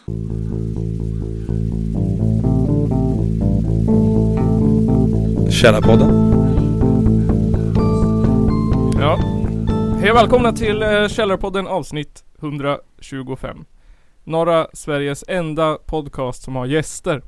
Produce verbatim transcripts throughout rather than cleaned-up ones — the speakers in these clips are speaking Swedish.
Källarpodden. Ja, hej och välkomna till eh, Källarpodden avsnitt etthundratjugofem. Norra Sveriges enda podcast som har gäster.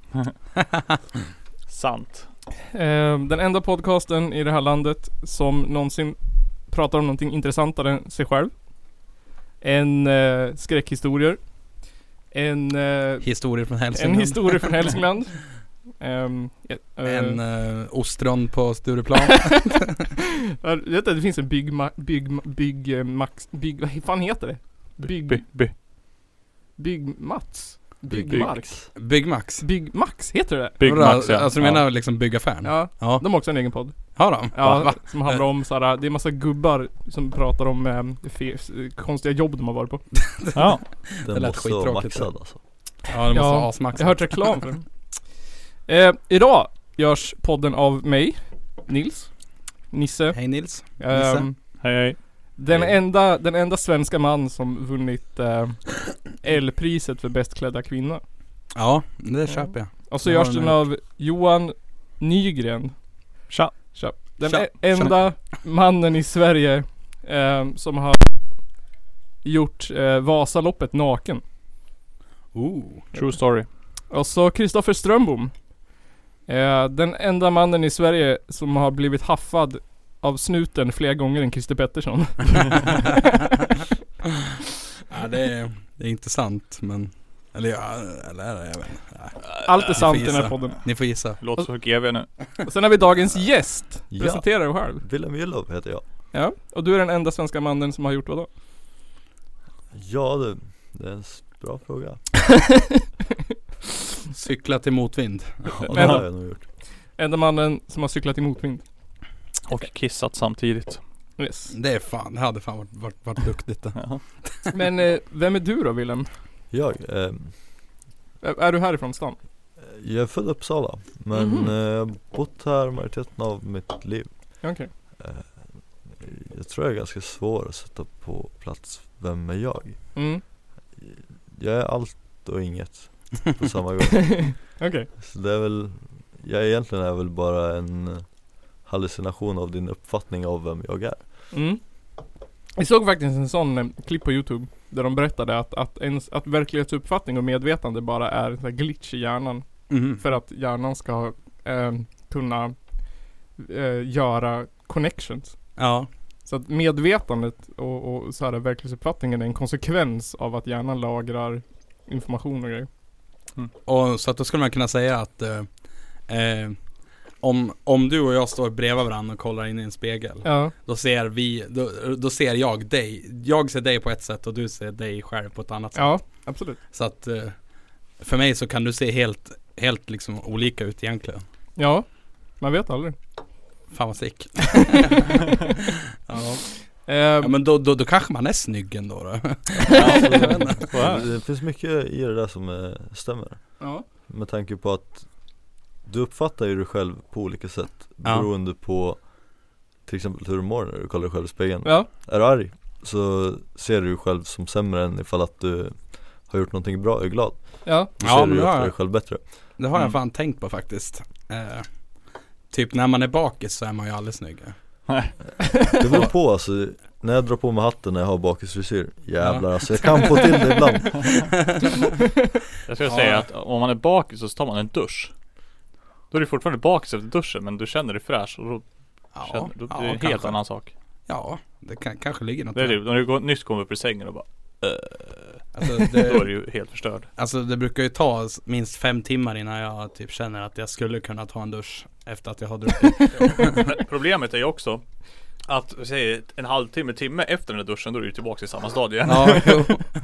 Sant. Eh, den enda podcasten i det här landet som någonsin pratar om någonting intressantare än sig själv. En eh, skräckhistorier. En eh, Historier från Hälsingland. En historia från Hälsingland. Um, uh, en uh, ostron på Stureplan. Jag vet inte, det finns en bygg ma- bygg bygg uh, max bygg vad fan heter det? Bygg By, by. Bygg Mats. Bygg Bygg. Max. Byggmax. Bygg Max heter det. Byggmax, ja. Alltså du menar liksom byggaffären? Ja. Ja. De har också en egen podd. Har de? Ja, Va? Va? som handlar om såhär, det är massa gubbar som pratar om um, fe- konstiga jobb de har varit på. Ja. Det Den lät måste vara skittråkigt. maxad alltså. Ja, det måste Ja, vara asmaxat. Jag har hört reklam för den. Eh, idag görs podden av mig, Nils, Nisse. Hej Nils. Ehm, Hej hej. den, Hej. enda, den enda svenska man som vunnit eh, L-priset för bäst klädda kvinna. Ja, det köper jag. Och så Det görs har den den av Johan Nygren. Tja. Tja. Den Tja. e- enda mannen i Sverige eh, som har gjort eh, Vasaloppet naken. Oh. True story. Och så Kristoffer Strömbom. Eh, den enda mannen i Sverige som har blivit haffad av snuten fler gånger än Christer Pettersson. Ja, det är, det är inte sant, men eller ja, eller är det, jag vet inte. Nej. Allt är Ni sant får i den här gissa. podden. Ni får gissa. Låter så G V nu. Och sen har vi dagens gäst. Ja. Presentera dig själv. Willem Gyllov heter jag. Ja, och du är den enda svenska mannen som har gjort vad då? Ja det, det är en s- bra fråga. Cykla till motvind. Ja, det Men- har jag nog gjort. Enda mannen som har cyklat i motvind. Och kissat samtidigt. Yes. Det är fan, det hade fan varit, varit, varit duktigt det. Jaha. Men eh, vem är du då, Willem? Jag, ehm, Är, är du härifrån stan? jag är född i Uppsala. Men Mhm. eh, jag har bott här majoriteten av mitt liv. Okej. eh, Jag tror jag är ganska svår att sätta på plats. Vem är jag? Mm. Jag är allt och inget på samma gång. Okej. Så det är väl, jag egentligen är väl bara en eh, hallucination av din uppfattning av vem jag är. Mm. Jag såg faktiskt en sån eh, klipp på YouTube där de berättade att, att, ens, att verklighetsuppfattning och medvetande bara är en sån här glitch i hjärnan. Mhm. För att hjärnan ska eh, kunna eh, göra connections. Ja. Så att medvetandet och, och så här verklighetsuppfattningen är en konsekvens av att hjärnan lagrar information och grejer. Och så att då skulle man kunna säga att eh, eh, om, om du och jag står bredvid varandra och kollar in i en spegel, Ja. då ser vi, då, då ser jag dig. Jag ser dig på ett sätt och du ser dig själv på ett annat sätt. Ja, absolut. Så att eh, för mig så kan du se helt, helt liksom olika ut egentligen. Ja, man vet aldrig. Fan vad sick. ja. Eh, ja men då, då, då kanske man är snygg ändå då. Alltså, Jag vet inte. det, det finns mycket i det där som eh, stämmer. ja. Med tanke på att du uppfattar ju dig själv på olika sätt Ja. beroende på till exempel hur du mår när du kollar dig själv i spegeln. Ja. Är du arg så ser du dig själv som sämre än ifall att du har gjort någonting bra och är glad. Ja. Då Ja, ser men du det ju har ofta jag. dig själv bättre. Det har jag Mm. fan tänkt på faktiskt. Eh, typ när man är bakis så är man ju aldrig snygg. Det beror på alltså, när jag drar på mig hatten när jag har bakisfrisyr. Jävlar alltså, jag kan få till det ibland. Jag skulle Ja. säga att om man är bakis så tar man en dusch. Då är du fortfarande bakis efter duschen, men du känner dig fräsch och då, Ja, känner, då ja, det är en kanske. helt annan sak. Ja, det kan, kanske ligger något Det är där. det, när du går, nyss kommer upp ur sängen och bara Alltså, då är det, du ju helt förstörd. alltså det brukar ju ta s- minst fem timmar innan jag typ känner att jag skulle kunna ta en dusch efter att jag har druckit. Men problemet är ju också att säg, en halvtimme, timme efter den där duschen, då är du tillbaka i samma stadie. Ja, jo.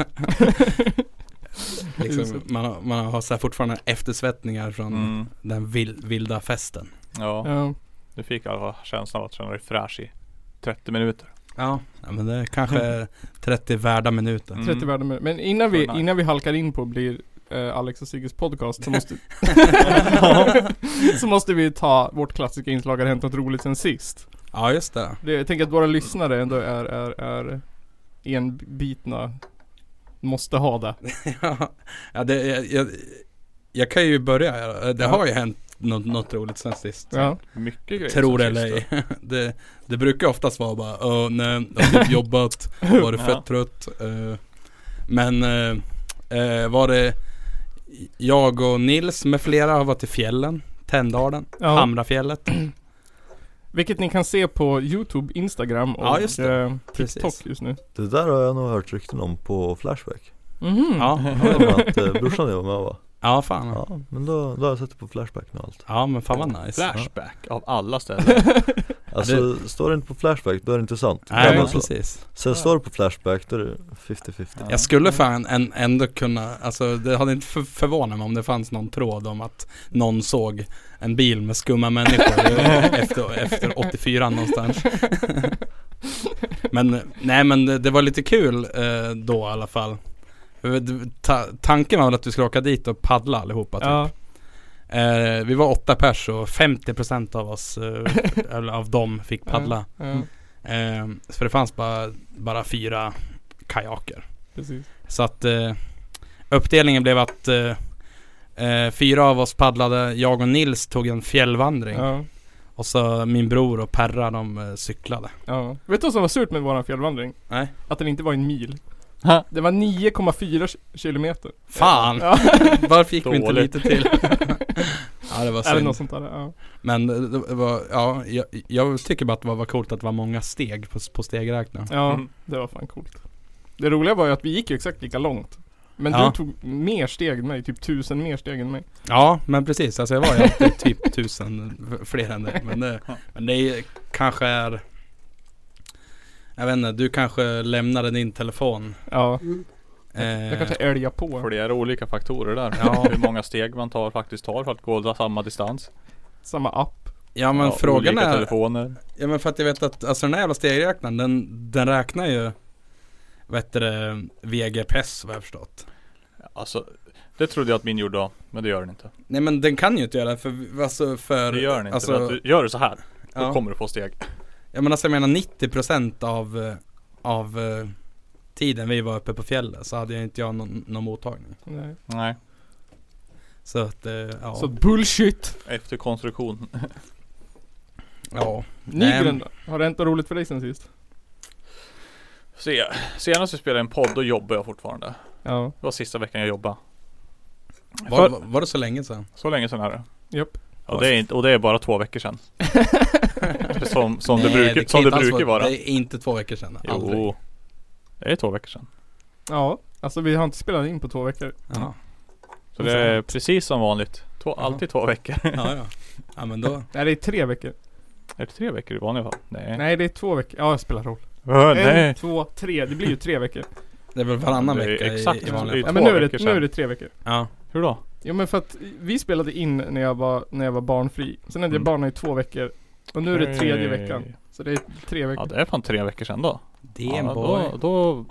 liksom, man, har, man har så här fortfarande eftersvettningar från Mm. den vil, vilda festen. Ja, Ja. du fick alla känslan av att känna dig fräsch i trettio minuter. Ja, ja men det är kanske trettio värda minuter. Mm. trettio värden. Men innan vi, Så nice. innan vi halkar in på blir eh, Alex och Sigges podcast så måste så måste vi ta vårt klassiska inslag Har hänt något roligt sen sist. Ja, just det. Det, jag tänker att våra lyssnare ändå är, är, är enbitna måste ha det. ja, det jag, jag, jag kan ju börja här. Det Ja. har ju hänt något, något roligt sen sist. Ja. Mycket grejer. Tror det som eller sist, ej. det, det brukar oftast vara bara Åh nej, jag har typ jobbat, varit Ja. fett trött. Uh, men uh, uh, var det jag och Nils med flera har varit i fjällen, Tändalen, Ja. Hamrafjället. Vilket ni kan se på YouTube, Instagram och Ja, just det. eh, Precis. TikTok just nu. Det där har jag nog hört rykten om på Flashback. Mhm. Ja, Jag vet inte att eh, brorsan jag var med va? ja fan. Ja. Ja, men då, då har jag sett det på Flashback med allt. ja men fan vad nice. Flashback av alla ställen. Alltså står det inte på Flashback då är det inte sant. Nej Men men alltså, precis. sen står det på Flashback då är det femtio femtio. Jag skulle fan en, ändå kunna, alltså det hade inte för, förvånat mig om det fanns någon tråd om att någon såg en bil med skumma människor efter, efter åttiofyra någonstans. Men nej men det, det var lite kul eh, då i alla fall. Ta, tanken var väl att vi skulle åka dit och paddla allihopa typ. Ja. Eh, vi var åtta pers och femtio procent av oss eh, eller av dem fick paddla. Ja, Eh, för det fanns bara, bara fyra kajaker. precis. Så att eh, uppdelningen blev att eh, eh, fyra av oss paddlade. Jag och Nils tog en fjällvandring. Ja. Och så min bror och Perra de eh, cyklade. Ja. Vet du vad som var surt med våran fjällvandring? Nej. Att den inte var en mil. Ha. Det var nio komma fyra kilometer. Fan! Ja. Varför gick vi inte Dåligt. lite till? Ja det var Eller något synd. sånt där. Ja. Men det var, ja, jag, jag tycker bara att det var, var coolt att det var många steg på, på stegräknaren. Ja, Mm. det var fan coolt. Det roliga var ju att vi gick ju exakt lika långt. Men Ja. du tog mer steg än mig, typ tusen mer steg än mig. Ja men precis, alltså jag var ju alltid typ tusen f- fler än dig. Men det, men det är, kanske är, jag vet inte, du kanske lämnade din telefon. Ja, Eh, jag kanske älgar För på. det är olika faktorer där. Ja. Hur många steg man tar faktiskt tar för att gå samma distans. Samma app. Ja men Ja, frågan olika är, telefoner. ja men för att jag vet att alltså den här jävla stegräknaren den, den räknar ju vet du det, V G P S vad jag förstått. Alltså, det trodde jag att min gjorde då, men det gör den inte. Nej men den kan ju inte göra det för, alltså för Det gör den inte. alltså, För att du gör det så här, då ja. kommer du få steg. Ja men alltså jag menar nittio procent av eh, av eh, tiden vi var uppe på fjället så hade jag inte jag någon, någon mottagning. Nej. Nej, Så att eh, ja. Så bullshit. efter konstruktion. ja. Nygren då? Har det hänt något roligt för dig sen sist? Se, senast vi spelade en podd, då jobbade jag fortfarande. Ja. Det var sista veckan jag jobbade. Var, var, var det så länge sedan? Så länge sedan är det. Japp. Och det är, inte, och det är bara två veckor sedan. som som Nej, det, brukar, kan som inte det alls brukar vara. Det är inte två veckor sedan. Aldrig. Jo, det är två veckor sedan. Ja, alltså vi har inte spelat in på två veckor. Ja. Så det är precis som vanligt. Två, Jaha. alltid två veckor. Ja, ja. Ja men då. Nej, det är tre veckor. Är det tre veckor i vanliga fall? Nej. Nej, det är två veckor. Ja, det spelar roll. Ö, En, nej. två, tre. Det blir ju tre veckor. Det är väl varannan Det är vecka exakt, i, i det vanliga är fall. Ja, men två nu är, veckor det, nu är sedan. det tre veckor. Ja. Hur då? Jo men för att vi spelade in när jag var, när jag var barnfri. Sen hade jag Mm. barn i två veckor. Och nu är det tredje Hej. veckan. Så det är tre veckor. Ja, det är fan tre veckor sedan då. Damn ja, boy. då, då,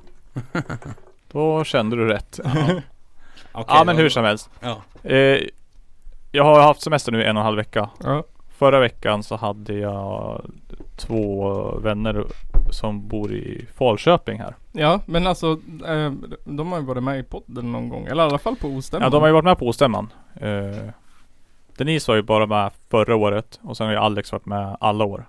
då kände du rätt. Okej, Ja, men då- hur som helst. Ja. Eh, jag har haft semester nu i en och en halv vecka. Ja. Förra veckan så hade jag två vänner som bor i Falköping här. Ja, men alltså eh, de har ju varit med i podden någon gång. Eller i alla fall på Ostämman. Ja, de har ju varit med på Ostämman. Eh, Denise var ju bara med förra året. Och sen har ju Alex varit med alla år.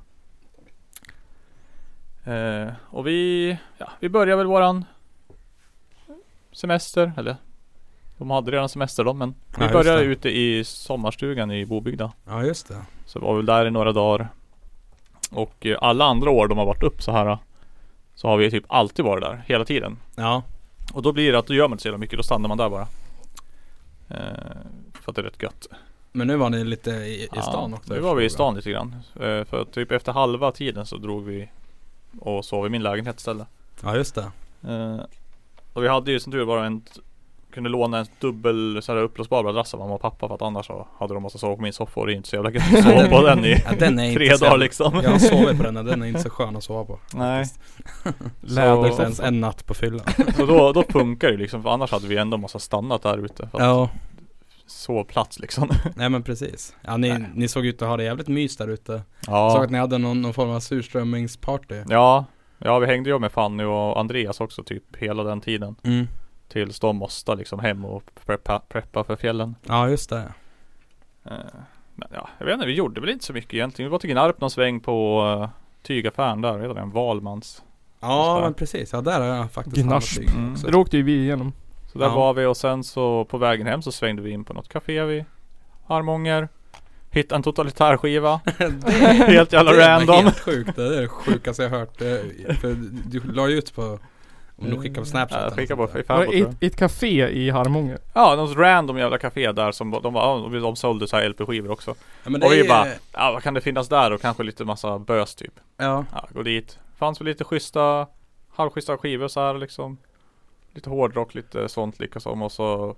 Eh, och vi, ja, vi börjar väl våran semester. Eller, de hade redan semester då, men Ja, vi just började det. ute i sommarstugan i Bobygda. Ja just det. Så var vi väl där i några dagar. Och eh, alla andra år de har varit upp så här, så har vi typ alltid varit där, hela tiden. Ja. Och då blir det att då gör man inte så jävla mycket, då stannar man där bara. Eh, för att det är rätt gött. Men nu var ni lite i, i stan Ja, också. nu var vi i stan lite grann. Eh, för typ efter halva tiden så drog vi och sov i min lägenhet istället. Ja just det. Eh, och vi hade ju som tur bara en kunde låna en dubbel så här uppblåsbar madrass av mamma och pappa, för att annars så hade de måste sova på min soffa och det är inte så jävla gött att sova på den i Ja, den är tre inte så- dagar liksom. Jag har sovit på den och den är inte så skön att sova på. Nej. Läder Så- ens en natt på fyllan. Så då, då funkar det liksom, för annars hade vi ändå måste stannat där ute för att Ja. sovplats liksom. Nej men precis. Ja ni, Nej. ni såg ut att ha det jävligt mys där ute. Såg Ja. att ni hade någon, någon form av surströmmingsparty. Ja. Ja, vi hängde ju med Fanny och Andreas också typ hela den tiden. Mm. Tills de måste liksom hem och preppa, preppa för fjällen. Ja, just det. Uh, men ja, jag vet inte, vi gjorde väl inte så mycket egentligen. Vi var till Gnarp någon sväng på uh, tygaffären där, redan en Valmans. Ja, men precis. Ja, där har jag faktiskt Gnarp. tyg Mm. också. Det åkte ju vi igenom. Så där Ja. var vi och sen så på vägen hem så svängde vi in på något café vid Harmånger. Hittade en totalitär skiva. Helt jävla Det är random. helt sjukt. Det är det sjukaste jag hört. Det, för du la ju ut på, om du skickar på Snapchat. Ja, jag skickade på Var Facebook. det ett, ett café i Harmånger? Ja, något random jävla café där som de, var, de, de sålde så här L P-skivor också. Ja, men det Och vi är, bara, ja vad kan det finnas där? Och kanske lite massa bös typ. ja. Ja, gå dit. Fanns väl lite schyssta, halvschyssta skivor så här liksom. Lite hårdrock, lite sånt liksom. Och så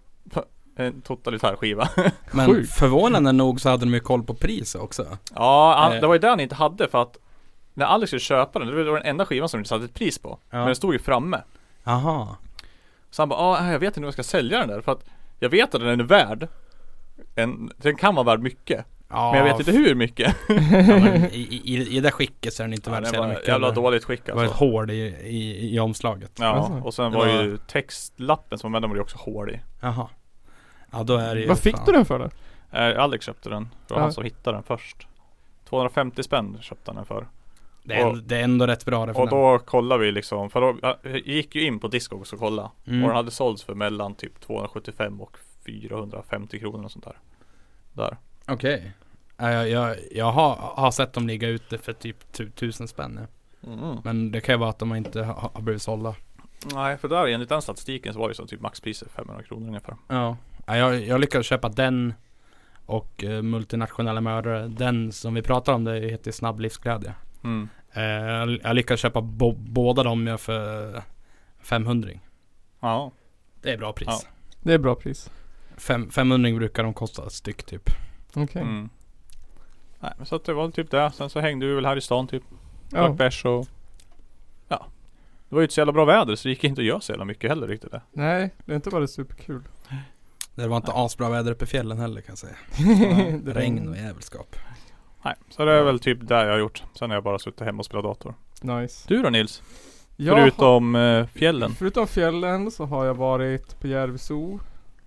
en totalitär skiva. Men Sjukt. förvånande nog så hade de ju koll på priset också. Ja, han, Eh. det var ju där ni inte hade för att när Alex skulle köpa den, det var den enda skivan som inte satte ett pris på. Ja. Men den stod ju framme. Aha. Så han bara, ah, jag vet inte hur jag ska sälja den där. För att jag vet att den är värd. En, den kan vara värd mycket. Ja, Men jag vet inte hur mycket. Ja, men i, i, I det skicket så är den inte Ja, värd så den jävla var mycket. jävla eller? dåligt skick Det var ett alltså. hål i, i, i omslaget. Ja, Alltså. och sen Det var var- ju textlappen som var, var ju också hål i. Jaha. Ja, då är det ju Vad fick fan. du den för då? Eh, Alex köpte den. Det var Ja. han som hittade den först. tvåhundrafemtio spänn köpte han den för. Det är, Och- det är ändå rätt bra det för Och den. då kollade vi liksom, för då jag gick ju in på Discogs och kolla. Mm. Och den hade sålts för mellan typ tvåhundrasjuttiofem och fyrahundrafemtio kronor och sånt där. Där. Okej. Ja, jag, jag, jag har, har sett dem ligga ute för typ tu, tusen spänn. Ja. Mm. Men det kan ju vara att de inte har, har blivit sålda. Nej, för där enligt den statistiken så var det så typ maxpriset femhundra kronor ungefär. Ja. Ja, jag, jag lyckades köpa den och uh, multinationella mördare. Den som vi pratar om, det heter Snabb livsglädje. Mm. Uh, jag, jag lyckades köpa bo, båda dem för femhundra. Ja. Det är bra pris. Ja. Det är bra pris. Fem, femhundra brukar de kosta ett styck typ. Okej. Mm. Nej, men så att det var typ det. Sen så hängde vi väl här i stan typ. Ja. Drack bärs och ja. Det var ju inte så jävla bra väder så det gick inte att göra så jävla mycket heller riktigt det. Nej, det har inte varit superkul. Det var inte asbra väder uppe i fjällen heller kan jag säga. Det var- Regn och jävelskap. Nej, så det är väl typ det jag har gjort. Sen har jag bara suttit hemma och spelat dator. Nice. Du då Nils? Jag Förutom eh, fjällen. Förutom fjällen så har jag varit på Järvi Zoo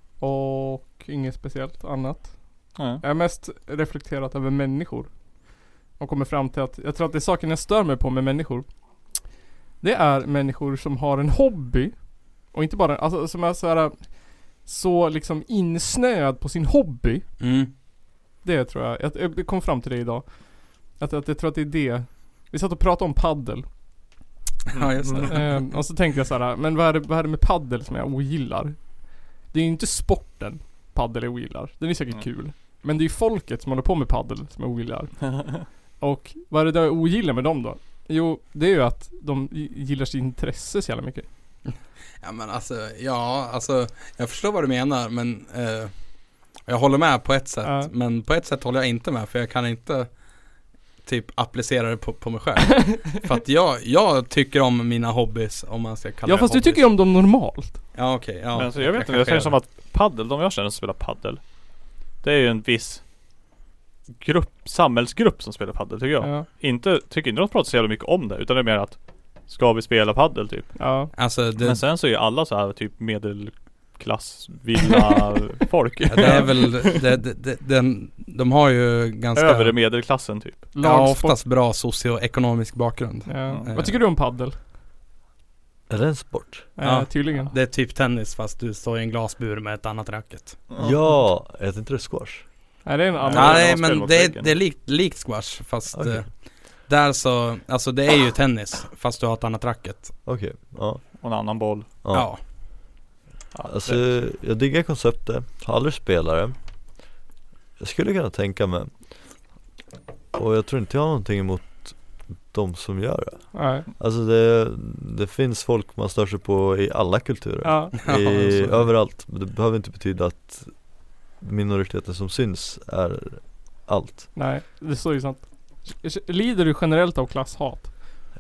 och inget speciellt annat. Ja. Jag har mest reflekterat över människor. Och kommer fram till att jag tror att det är saken jag stör mig på med människor. Det är människor som har en hobby. Och inte bara, alltså som är så här, så liksom insnöad på sin hobby. Mm. Det tror jag. Jag, jag kom fram till det idag. Att, att jag tror att det är det. Vi satt och pratade om paddel. Ja, just det. Ehm, och så tänkte jag så här, men vad är, det, vad är det med paddel som jag ogillar? Det är ju inte sporten paddel jag ogillar. Den är säkert Mm. kul. Men det är ju folket som håller på med paddel som jag ogillar. Och vad är det där jag ogillar med dem då? Jo, det är ju att de g- gillar sitt intresse så jävla mycket. Ja men alltså, ja alltså jag förstår vad du menar men eh, jag håller med på ett sätt Ja. men på ett sätt håller jag inte med för jag kan inte typ applicera det på, på mig själv. För att jag, jag tycker om mina hobbies om man ska kalla Ja det fast du hobbies. tycker om dem normalt. Ja okej, ja. Men alltså, jag vet inte, jag kanske tänker gör som det. att paddel, de jag känner som spelar paddel. Det är ju en viss grupp, samhällsgrupp som spelar paddel tycker jag. Ja. Inte, tycker inte de pratar så jävla mycket om det utan det är mer att ska vi spela paddel typ. Ja. Alltså det, Men sen så är ju alla så här typ medelklass, villa folk. ja, det är väl det, det, det, den, de har ju ganska Övre medelklassen typ. ja, Lagsport. oftast bra socioekonomisk bakgrund. Ja. Eh. Vad tycker du om paddel? Är det en sport? Eh, Ja. Tydligen. Det är typ tennis fast du står i en glasbur med ett annat racket. Ja, är det inte det squash? Nej det är en annan. Ja, Nej de spelar men mot det är, väggen. det är likt, likt squash fast Okej. eh, där så, alltså det är ju tennis fast du har ett annat racket. Okej, ja, Och en annan boll. ja. Ja. Ja, Alltså det- jag diggar konceptet, har aldrig spelat det. Jag skulle kunna tänka mig. Och jag tror inte jag har någonting emot de som gör det. Nej. Alltså det, det finns folk man stör sig på i alla kulturer. Ja. I, Ja, så- överallt. Men det behöver inte betyda att minoriteten som syns är allt. Nej, det står ju sant. Lider du generellt av klasshat?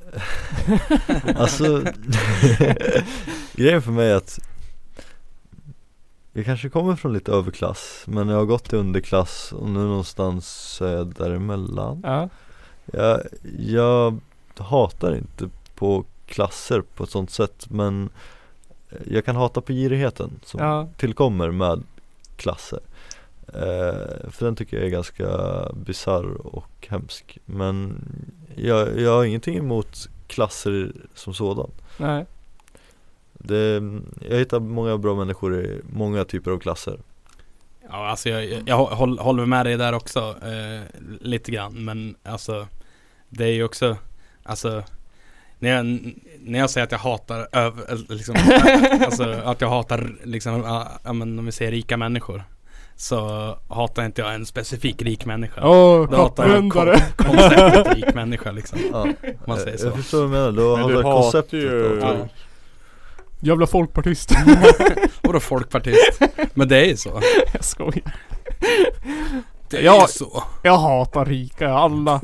Alltså grejen för mig är att jag kanske kommer från lite överklass, men jag har gått i underklass och nu någonstans är jag däremellan. Ja. Jag, jag hatar inte på klasser på ett sånt sätt, men jag kan hata på girigheten som Ja. tillkommer med klasser. Eh, för den tycker jag är ganska bizarr och hemsk. Men jag, jag har ingenting emot klasser som sådan. Nej. Det, jag hittar många bra människor i många typer av klasser. Ja, alltså jag, jag, jag håll, håller med dig där också eh, lite grann, men alltså det är ju också, alltså när jag, när jag säger att jag hatar över, liksom, alltså att jag hatar liksom, ja, men om vi säger rika människor, så hatar inte jag en specifik rik människa. Åh, Då hatar jag kappundare. kon- konceptet rik människa liksom. Ja, Om man säger så. jag förstår vad du menar. Då Men har du du hatar konceptet ju- av- Ja. Jävla folkpartist. Och då folkpartist. Men det är ju så. Jag skojar. Det är Ja. ju så. Jag hatar rika, alla.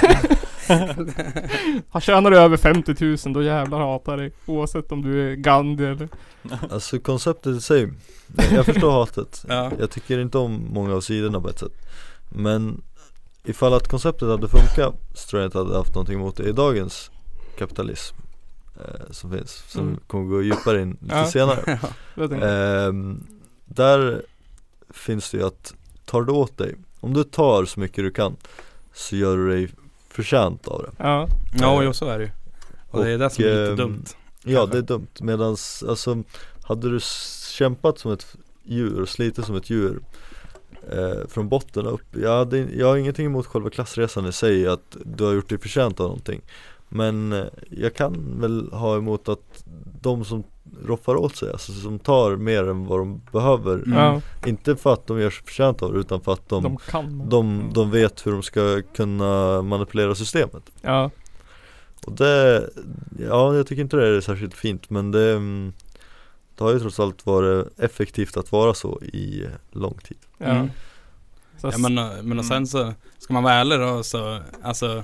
Han tjänar du över femtio tusen, då jävlar hatar dig. Oavsett om du är Gandhi eller... Alltså konceptet i sig, jag förstår hatet. Ja. Jag tycker inte om många av sidorna på ett sätt. Men ifall att konceptet hade funkat, så tror jag inte hade haft någonting emot det. I dagens kapitalism eh, som finns, som Mm. kommer gå djupare in lite Ja. senare. Jag tänkte. Ehm, där finns det ju att tar du åt dig, om du tar så mycket du kan, så gör du dig förtjänt av det. Ja. Ja, jo, så är det ju. Och det är det som är lite ehm, dumt. Ja, Kanske. det är dumt. Medans, alltså, hade du s- kämpat som ett djur och slitit som ett djur eh, från botten upp, jag, hade, jag har ingenting emot själva klassresan i sig, att du har gjort dig förtjänt av någonting. Men eh, jag kan väl ha emot att de som roffar åt sig, alltså som tar mer än vad de behöver, Mm. Ja. inte för att de gör sig förtjänt av det, utan för att de, De de, kan. de, de vet hur de ska kunna manipulera systemet. Ja. Och det, ja, jag tycker inte det är särskilt fint, men det, mm, det har ju trots allt varit effektivt att vara så i lång tid. Ja. Mm. Så Ja, men, men och sen så ska man vara ärlig då, så alltså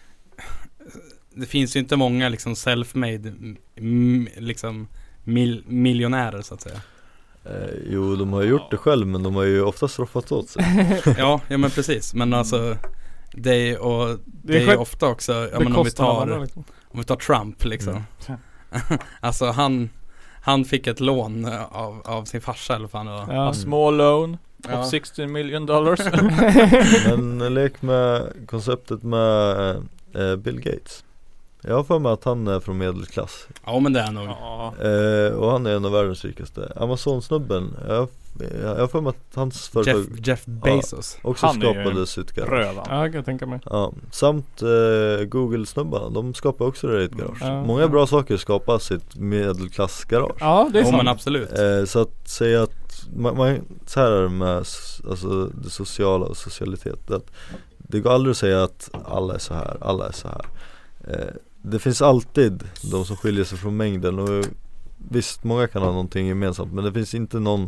det finns ju inte många liksom self-made m- liksom mil- miljonärer så att säga. Eh, jo, de har ju gjort det själv, men de har ju oftast roffat åt sig. Ja, ja men precis, men alltså det är, och det är ju själv- ofta också, ja, det men om vi kostar alla, tar liksom. om vi tar Trump liksom. Mm. Alltså han han fick ett lån av, av sin farsa eller fan och, Ja. A small loan Ja. of sixteen million dollars. Men lek med konceptet med eh, Bill Gates. Jag har för mig att han är från medelklass. Ja men det är nog. Ja. Eh, och han är en av världens rikaste. Amazon-snubben, jag, jag har för mig att hans företag Jeff, Jeff Bezos. också Han är ju skapades ut garage. Rövan. Ja, kan jag tänka mig. Ja, samt eh, Google-snubbarna, de skapar också det i ett garage. Ja. Många bra saker skapas i ett medelklassgarage. Ja, det är Jo men sant. absolut. Eh, så att säga att man, man, så här är det med s- alltså, det sociala och socialitet, att det går aldrig att säga att alla är så här, alla är så här. Eh, det finns alltid de som skiljer sig från mängden, och visst, många kan ha någonting gemensamt, men det finns inte någon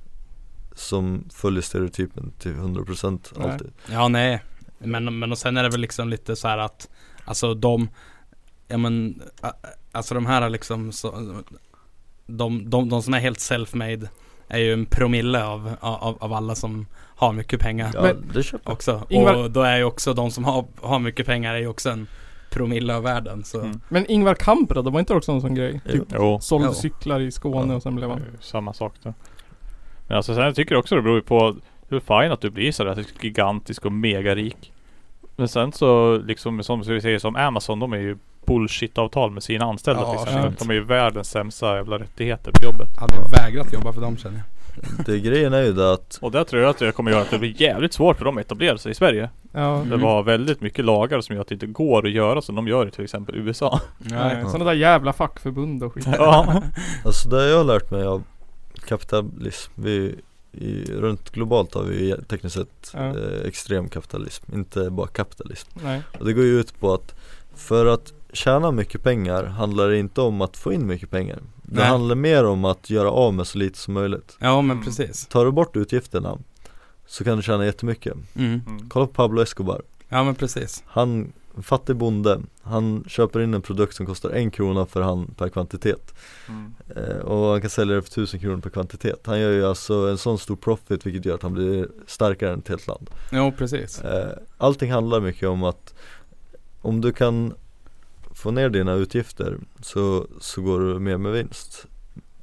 som följer stereotypen till hundra procent Nej. alltid. Ja nej, men, men och sen är det väl liksom lite så här att alltså de, ja men ä- alltså de här liksom så, de, de, de som är helt self-made är ju en promille av, av, av alla som har mycket pengar Ja, Men- det köper jag. också. Ingvar- Och då är ju också de som har, har mycket pengar är ju också en promille av världen så. Mm. Men Ingvar Kamprad, det var inte också en sån grej? Jo. Typ Jo. sålde Jo. cyklar i Skåne Ja. och sen blev Det han... är ju samma sak då. Men alltså sen tycker jag också det beror ju på hur fint att du blir så där gigantisk och megarik. Men sen så liksom som vi säger som Amazon, de är ju bullshit-avtal med sina anställda Ja, till exempel. shit. De är ju världens sämsta jävla rättigheter på jobbet. Hade vägrat jobba för dem känner jag. Det grejen är ju det att Och där tror jag att det kommer göra att det blir jävligt svårt för dem att etablera sig i Sverige. Ja. Mm. Det var väldigt mycket lagar som gör att det inte går att göra som de gör i till exempel U S A. Nej, sådana där jävla fackförbund och skit. Ja. alltså det jag har lärt mig av kapitalism, vi i, runt globalt har vi tekniskt sett Ja. eh, extrem kapitalism, inte bara kapitalism. Nej. Och det går ju ut på att för att tjäna mycket pengar handlar det inte om att få in mycket pengar. Det Nej. handlar mer om att göra av med så lite som möjligt. Ja men precis. Tar du bort utgifterna så kan du tjäna jättemycket. Mm. Mm. Kolla på Pablo Escobar. Ja men precis. Han, en fattig bonde, han köper in en produkt som kostar en krona för han per kvantitet. Mm. Eh, och han kan sälja det för tusen kronor per kvantitet. Han gör ju alltså en sån stor profit, vilket gör att han blir starkare än ett helt land. Jo precis. Eh, allting handlar mycket om att om du kan få ner dina utgifter så, så går du mer med vinst.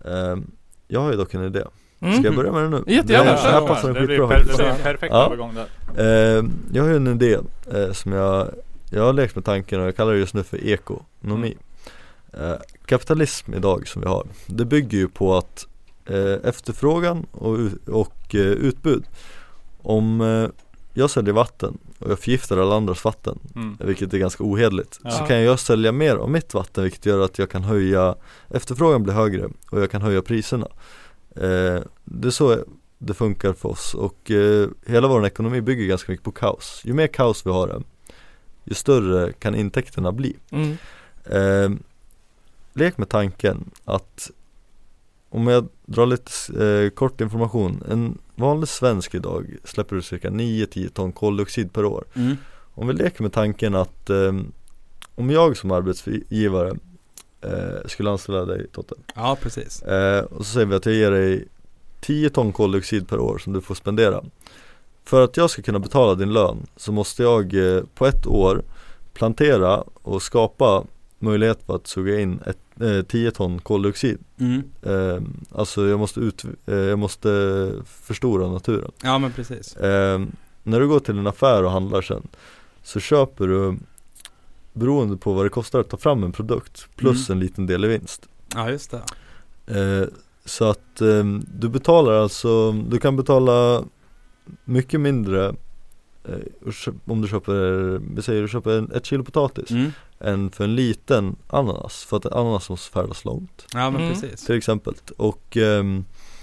Eh, jag har ju dock en idé. Mm. Ska jag börja med det nu? Jättegärna. Det, Ja, här ja, passar det, blir skitbra per, det faktiskt. blir en perfekt Ja. övergång där. Eh, jag har ju en idé eh, som jag Jag har lekt med tanken och jag kallar det just nu för ekonomi. eh, Kapitalism idag som vi har, det bygger ju på att eh, efterfrågan och, och eh, utbud. Om eh, jag säljer vatten och jag förgiftar alla andras vatten, Mm. vilket är ganska ohederligt, Ja. så kan jag sälja mer av mitt vatten, vilket gör att jag kan höja, efterfrågan blir högre och jag kan höja priserna. eh, Det är så det funkar för oss. Och eh, hela vår ekonomi bygger ganska mycket på kaos. Ju mer kaos vi har, ju större kan intäkterna bli. Mm. eh, Lek med tanken att, om jag drar lite eh, kort information, en vanlig svensk idag släpper ut cirka nio till tio ton koldioxid per år. Mm. Om vi leker med tanken att eh, om jag som arbetsgivare eh, skulle anställa dig, Totte, Ja, precis. eh, och så säger vi att jag ger dig tio ton koldioxid per år som du får spendera. För att jag ska kunna betala din lön så måste jag eh, på ett år plantera och skapa möjlighet på att suga in ett, eh, tio ton koldioxid. Mm. Eh, alltså jag måste, ut, eh, jag måste förstora naturen. Ja, men precis. Eh, när du går till en affär och handlar sen, så köper du, beroende på vad det kostar att ta fram en produkt, plus Mm. en liten del i vinst. Ja, just det. Eh, så att eh, du betalar alltså, du kan betala mycket mindre eh, om du köper, vi säger du köper en, ett kilo potatis, Mm. än för en liten ananas, för att en ananas måste färdas långt, Ja, men Mm. precis. till exempel. Och ehm,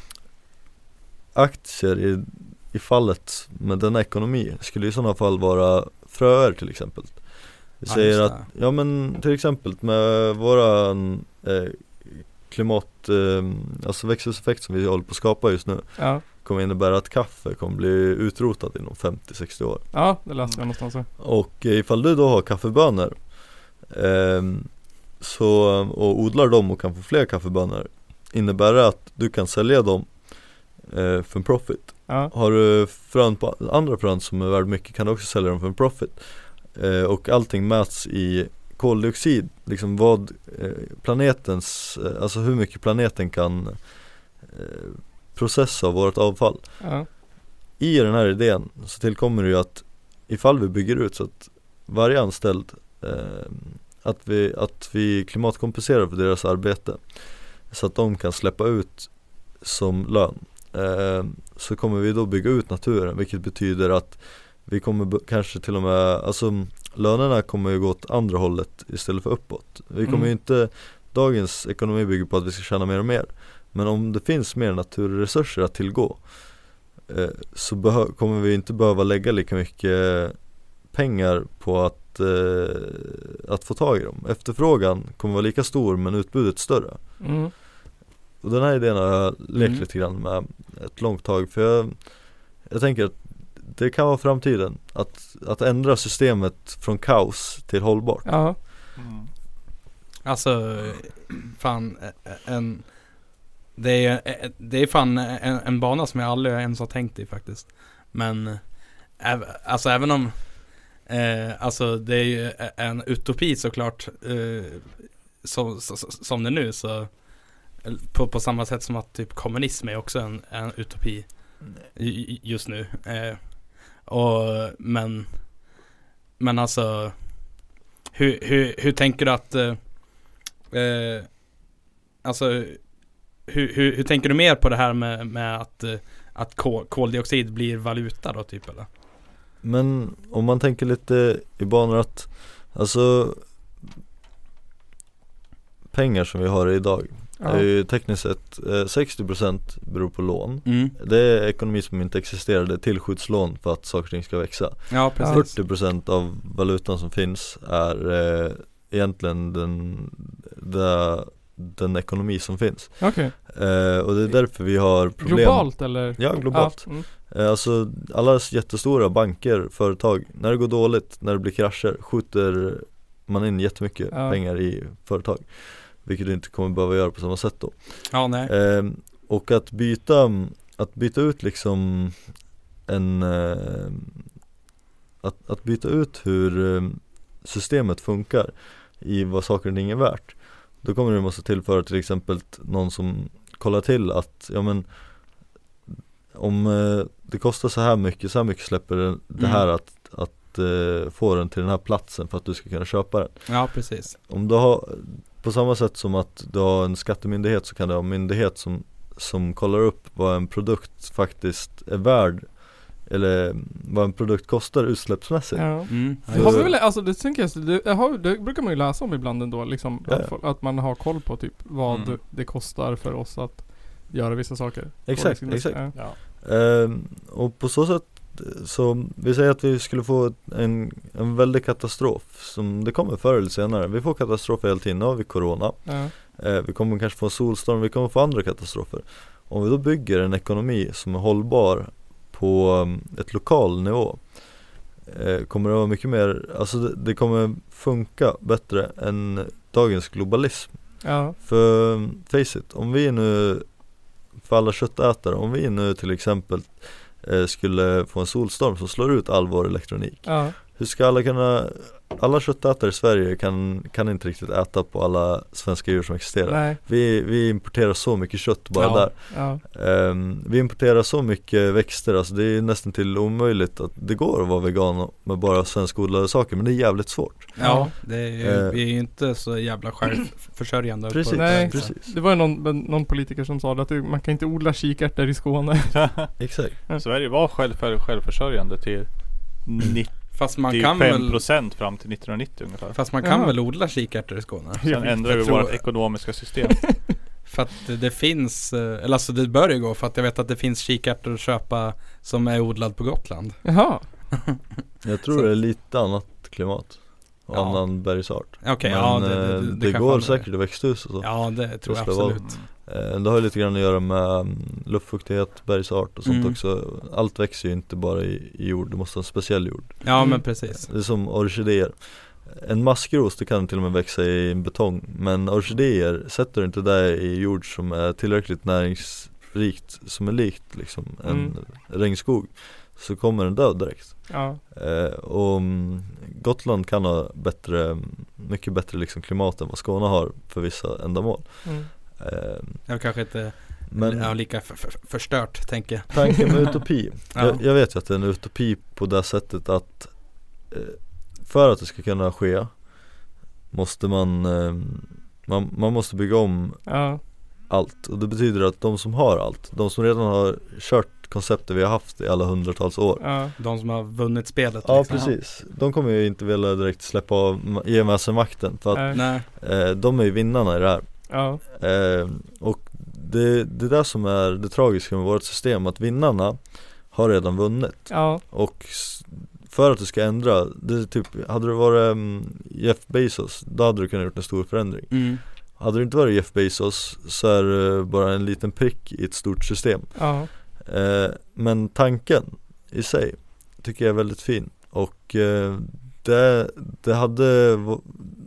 aktier i, i fallet med denna ekonomi skulle i sådana fall vara fröer, till exempel. Vi Ja, säger just att, ja men till exempel med våran eh, klimat, eh, alltså växthuseffekt som vi håller på att skapa just nu, Ja. kommer innebära att kaffe kommer bli utrotat inom femtio till sextio år. Ja, det läste jag någonstans. Och eh, ifall du då har kaffebönor eh, så, och odlar dem och kan få fler kaffebönor, innebär det att du kan sälja dem eh, för en profit. Ja. Har du frön på andra frön som är värd mycket, kan du också sälja dem för en profit. Eh, och allting mäts i koldioxid, liksom vad eh, planetens, eh, alltså hur mycket planeten kan eh, processa av vårt avfall. Ja. I den här idén så tillkommer det ju att ifall vi bygger ut så att varje anställd eh, att, vi, att vi klimatkompenserar för deras arbete så att de kan släppa ut som lön, eh, så kommer vi då bygga ut naturen, vilket betyder att vi kommer b- kanske till och med, alltså lönerna kommer ju gå åt andra hållet istället för uppåt. Vi kommer Mm. ju inte, dagens ekonomi bygger på att vi ska tjäna mer och mer, men om det finns mer naturresurser att tillgå eh, så behö- kommer vi inte behöva lägga lika mycket pengar på att, eh, att få tag i dem. Efterfrågan kommer vara lika stor men utbudet större. Mm. Och den här idén har jag lekt Mm. lite grann med ett långt tag, för jag, jag tänker att det kan vara framtiden att, att ändra systemet från kaos till hållbart. Ja. Mm. Alltså, fan, en, det är, det är fan en, en bana som jag aldrig ens har tänkt i faktiskt. Men, äv, alltså även om, eh, alltså det är ju en utopi såklart, eh, som, som, som det är nu, så på, på samma sätt som att typ kommunism är också en, en utopi j- just nu. Eh, och, men, men alltså, hur, hur, hur tänker du att eh, Eh, alltså hur, hur, hur tänker du mer på det här med, med att, eh, att kol, koldioxid blir valuta då typ, eller? Men om man tänker lite i banor att, alltså pengar som vi har idag Ja. är ju tekniskt sett eh, sextio procent beror på lån. Mm. Det är ekonomi som inte existerar, det tillskjuts lån för att saker och ting ska växa. Ja, precis. fyrtio procent av valutan som finns är eh, egentligen den, den, den ekonomi som finns. Okej. Eh, och det är därför vi har problem. Globalt eller? Ja, globalt. Ja. Mm. Eh, alltså alla jättestora banker, företag, när det går dåligt, när det blir krascher, skjuter man in jättemycket Ja. pengar i företag. Vilket du inte kommer behöva göra på samma sätt då. Ja, nej. Eh, och att byta, att byta ut liksom en eh, att, att byta ut hur eh, systemet funkar i vad saker och ting är värt. Då kommer du måste tillföra till exempel någon som kolla till att ja men om eh, det kostar så här mycket, så här mycket släpper det, det här att, att eh, få den till den här platsen för att du ska kunna köpa den. Ja, precis. Om du har, på samma sätt som att du har en skattemyndighet, så kan du ha en myndighet som, som kollar upp vad en produkt faktiskt är värd, eller vad en produkt kostar utsläppsmässigt. Ja. Mm. Det har vi väl, alltså det tänker jag, det, jag har, det brukar man ju läsa om ibland ändå liksom, Ja, att, ja. att man har koll på typ vad Mm. det kostar för oss att göra vissa saker. Exakt, Och liksom, exakt. ja. Ja. Ehm, och på så sätt, så vi säger att vi skulle få en, en väldig katastrof som det kommer förr eller senare. Vi får katastrofer hela tiden. Nu har vi corona. Ja. Eh, vi kommer kanske få en solstorm, vi kommer få andra katastrofer. Om vi då bygger en ekonomi som är hållbar på um, ett lokal nivå, eh, kommer det vara mycket mer, alltså det, det kommer funka bättre än dagens globalism. Ja. För um, face it, om vi nu, för alla köttätare, om vi nu till exempel eh, skulle få en solstorm som slår ut all vår elektronik, Ja. hur ska alla kunna, alla köttätare i Sverige kan, kan inte riktigt äta på alla svenska djur som existerar. Nej. Vi, vi importerar så mycket kött bara Ja. där. Ja. Um, vi importerar så mycket växter, alltså det är nästan till omöjligt att det går att vara vegan med bara svenskodlade saker, men det är jävligt svårt. Ja, det är ju, Eh. vi är ju inte så jävla självförsörjande. Precis, på Nej. precis. Det var ju någon, någon politiker som sa det, att det, man kan inte odla kikärtor i Skåne. Exakt. Sverige var själv, själv, självförsörjande till Fast man kan nittiofem väl procent fram till nittonhundranittio ungefär. Fast man kan Jaha. väl odla kikärtor i Skåne? Sen ändrade vi jag tror- vårt ekonomiska system. För att det, det finns, eh, eller alltså det bör ju gå, för att jag vet att det finns kikärtor att köpa som är odlad på Gotland. Jaha. Jag tror Så- det är lite annat klimat och Ja. annan bergsart. Okej, Men ja det, eh, det, det, kan går fan- säkert i växthus och så. Ja, det tror jag Det skulle vara- absolut. Eh, Det har ju lite grann att göra med mm, luftfuktighet, bergsart och sånt Mm. också. Allt växer ju inte bara i, i jord, du måste ha en speciell jord. Ja, Mm. men precis. Det är som orkidéer. En maskros, det kan till och med växa i en betong. Men orkidéer sätter du inte där i jord som är tillräckligt näringsrikt, som är likt liksom en Mm. regnskog, så kommer den dö direkt. Ja. Eh, och mm, Gotland kan ha bättre, mycket bättre liksom klimat än vad Skåne har för vissa ändamål. Mm. Eh, Jag kanske inte men ja, lika för, för, förstört, tänker jag. tanken med utopi, Ja. jag, jag vet ju att det är en utopi på det sättet att eh, för att det ska kunna ske måste man, eh, man man måste bygga om Ja. allt, och det betyder att de som har allt, de som redan har kört konceptet vi har haft i alla hundratals år, Ja. De som har vunnit spelet. ja liksom. precis, de kommer ju inte vilja direkt släppa av, ge med sig makten, för att Nej. Nej. eh, de är ju vinnarna i det här. Ja. Eh, och det, det där som är det tragiska med vårt system, att vinnarna har redan vunnit. Ja. Och s- för att du ska ändra, det är typ, hade det varit um, Jeff Bezos, då hade du kunnat gjort en stor förändring. Mm. Hade det inte varit Jeff Bezos, så är det bara en liten prick i ett stort system. Ja. eh, Men tanken i sig tycker jag är väldigt fin. Och eh, det, det hade v-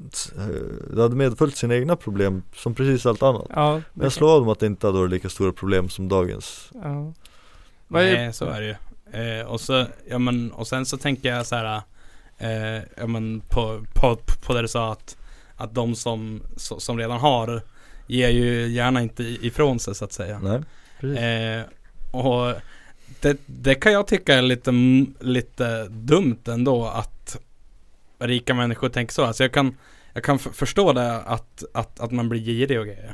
det hade medföljt sina egna problem som precis allt annat. Ja. Men jag slår om att det inte hade varit lika stora problem som dagens. Ja. Vad är- Nej, så är det ju. Eh, och, så, ja, men, och sen så tänker jag så här, eh, ja, men på, på, på det du sa att, att de som, så, som redan har ger ju gärna inte ifrån sig, så att säga. Nej, precis. Eh, och det, det kan jag tycka är lite, lite dumt ändå, att rika människor tänker så. Alltså jag kan, jag kan f- förstå det, att, att, att man blir girig och grejer.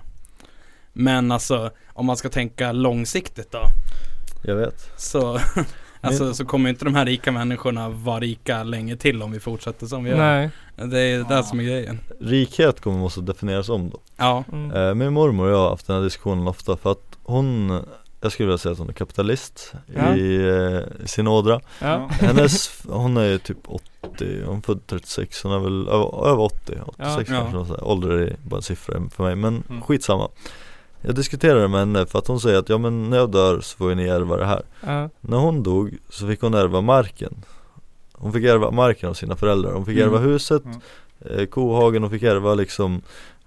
Men alltså, om man ska tänka långsiktigt då, Jag vet. så, alltså, så kommer inte de här rika människorna vara rika länge till om vi fortsätter som vi gör. Nej. Det är det som är grejen. Rikhet kommer måste definieras om då. Ja. Mm. Eh, min mormor och jag har haft den här diskussionen ofta, för att hon, jag skulle vilja säga att hon är kapitalist Ja. i eh, sin ådra. Ja. Hennes, hon är ju typ åttio, hon är född trettiosex, hon är väl över, över åttio, åttiosex Ja. kanske. Ja. Ålder är bara en siffra för mig, men Mm. skitsamma. Jag diskuterade med henne för att hon säger att ja, men när jag dör så får ni ärva det här. Ja. När hon dog så fick hon ärva marken. Hon fick ärva marken av sina föräldrar. Hon fick Mm. ärva huset, Mm. eh, kohagen, hon fick ärva liksom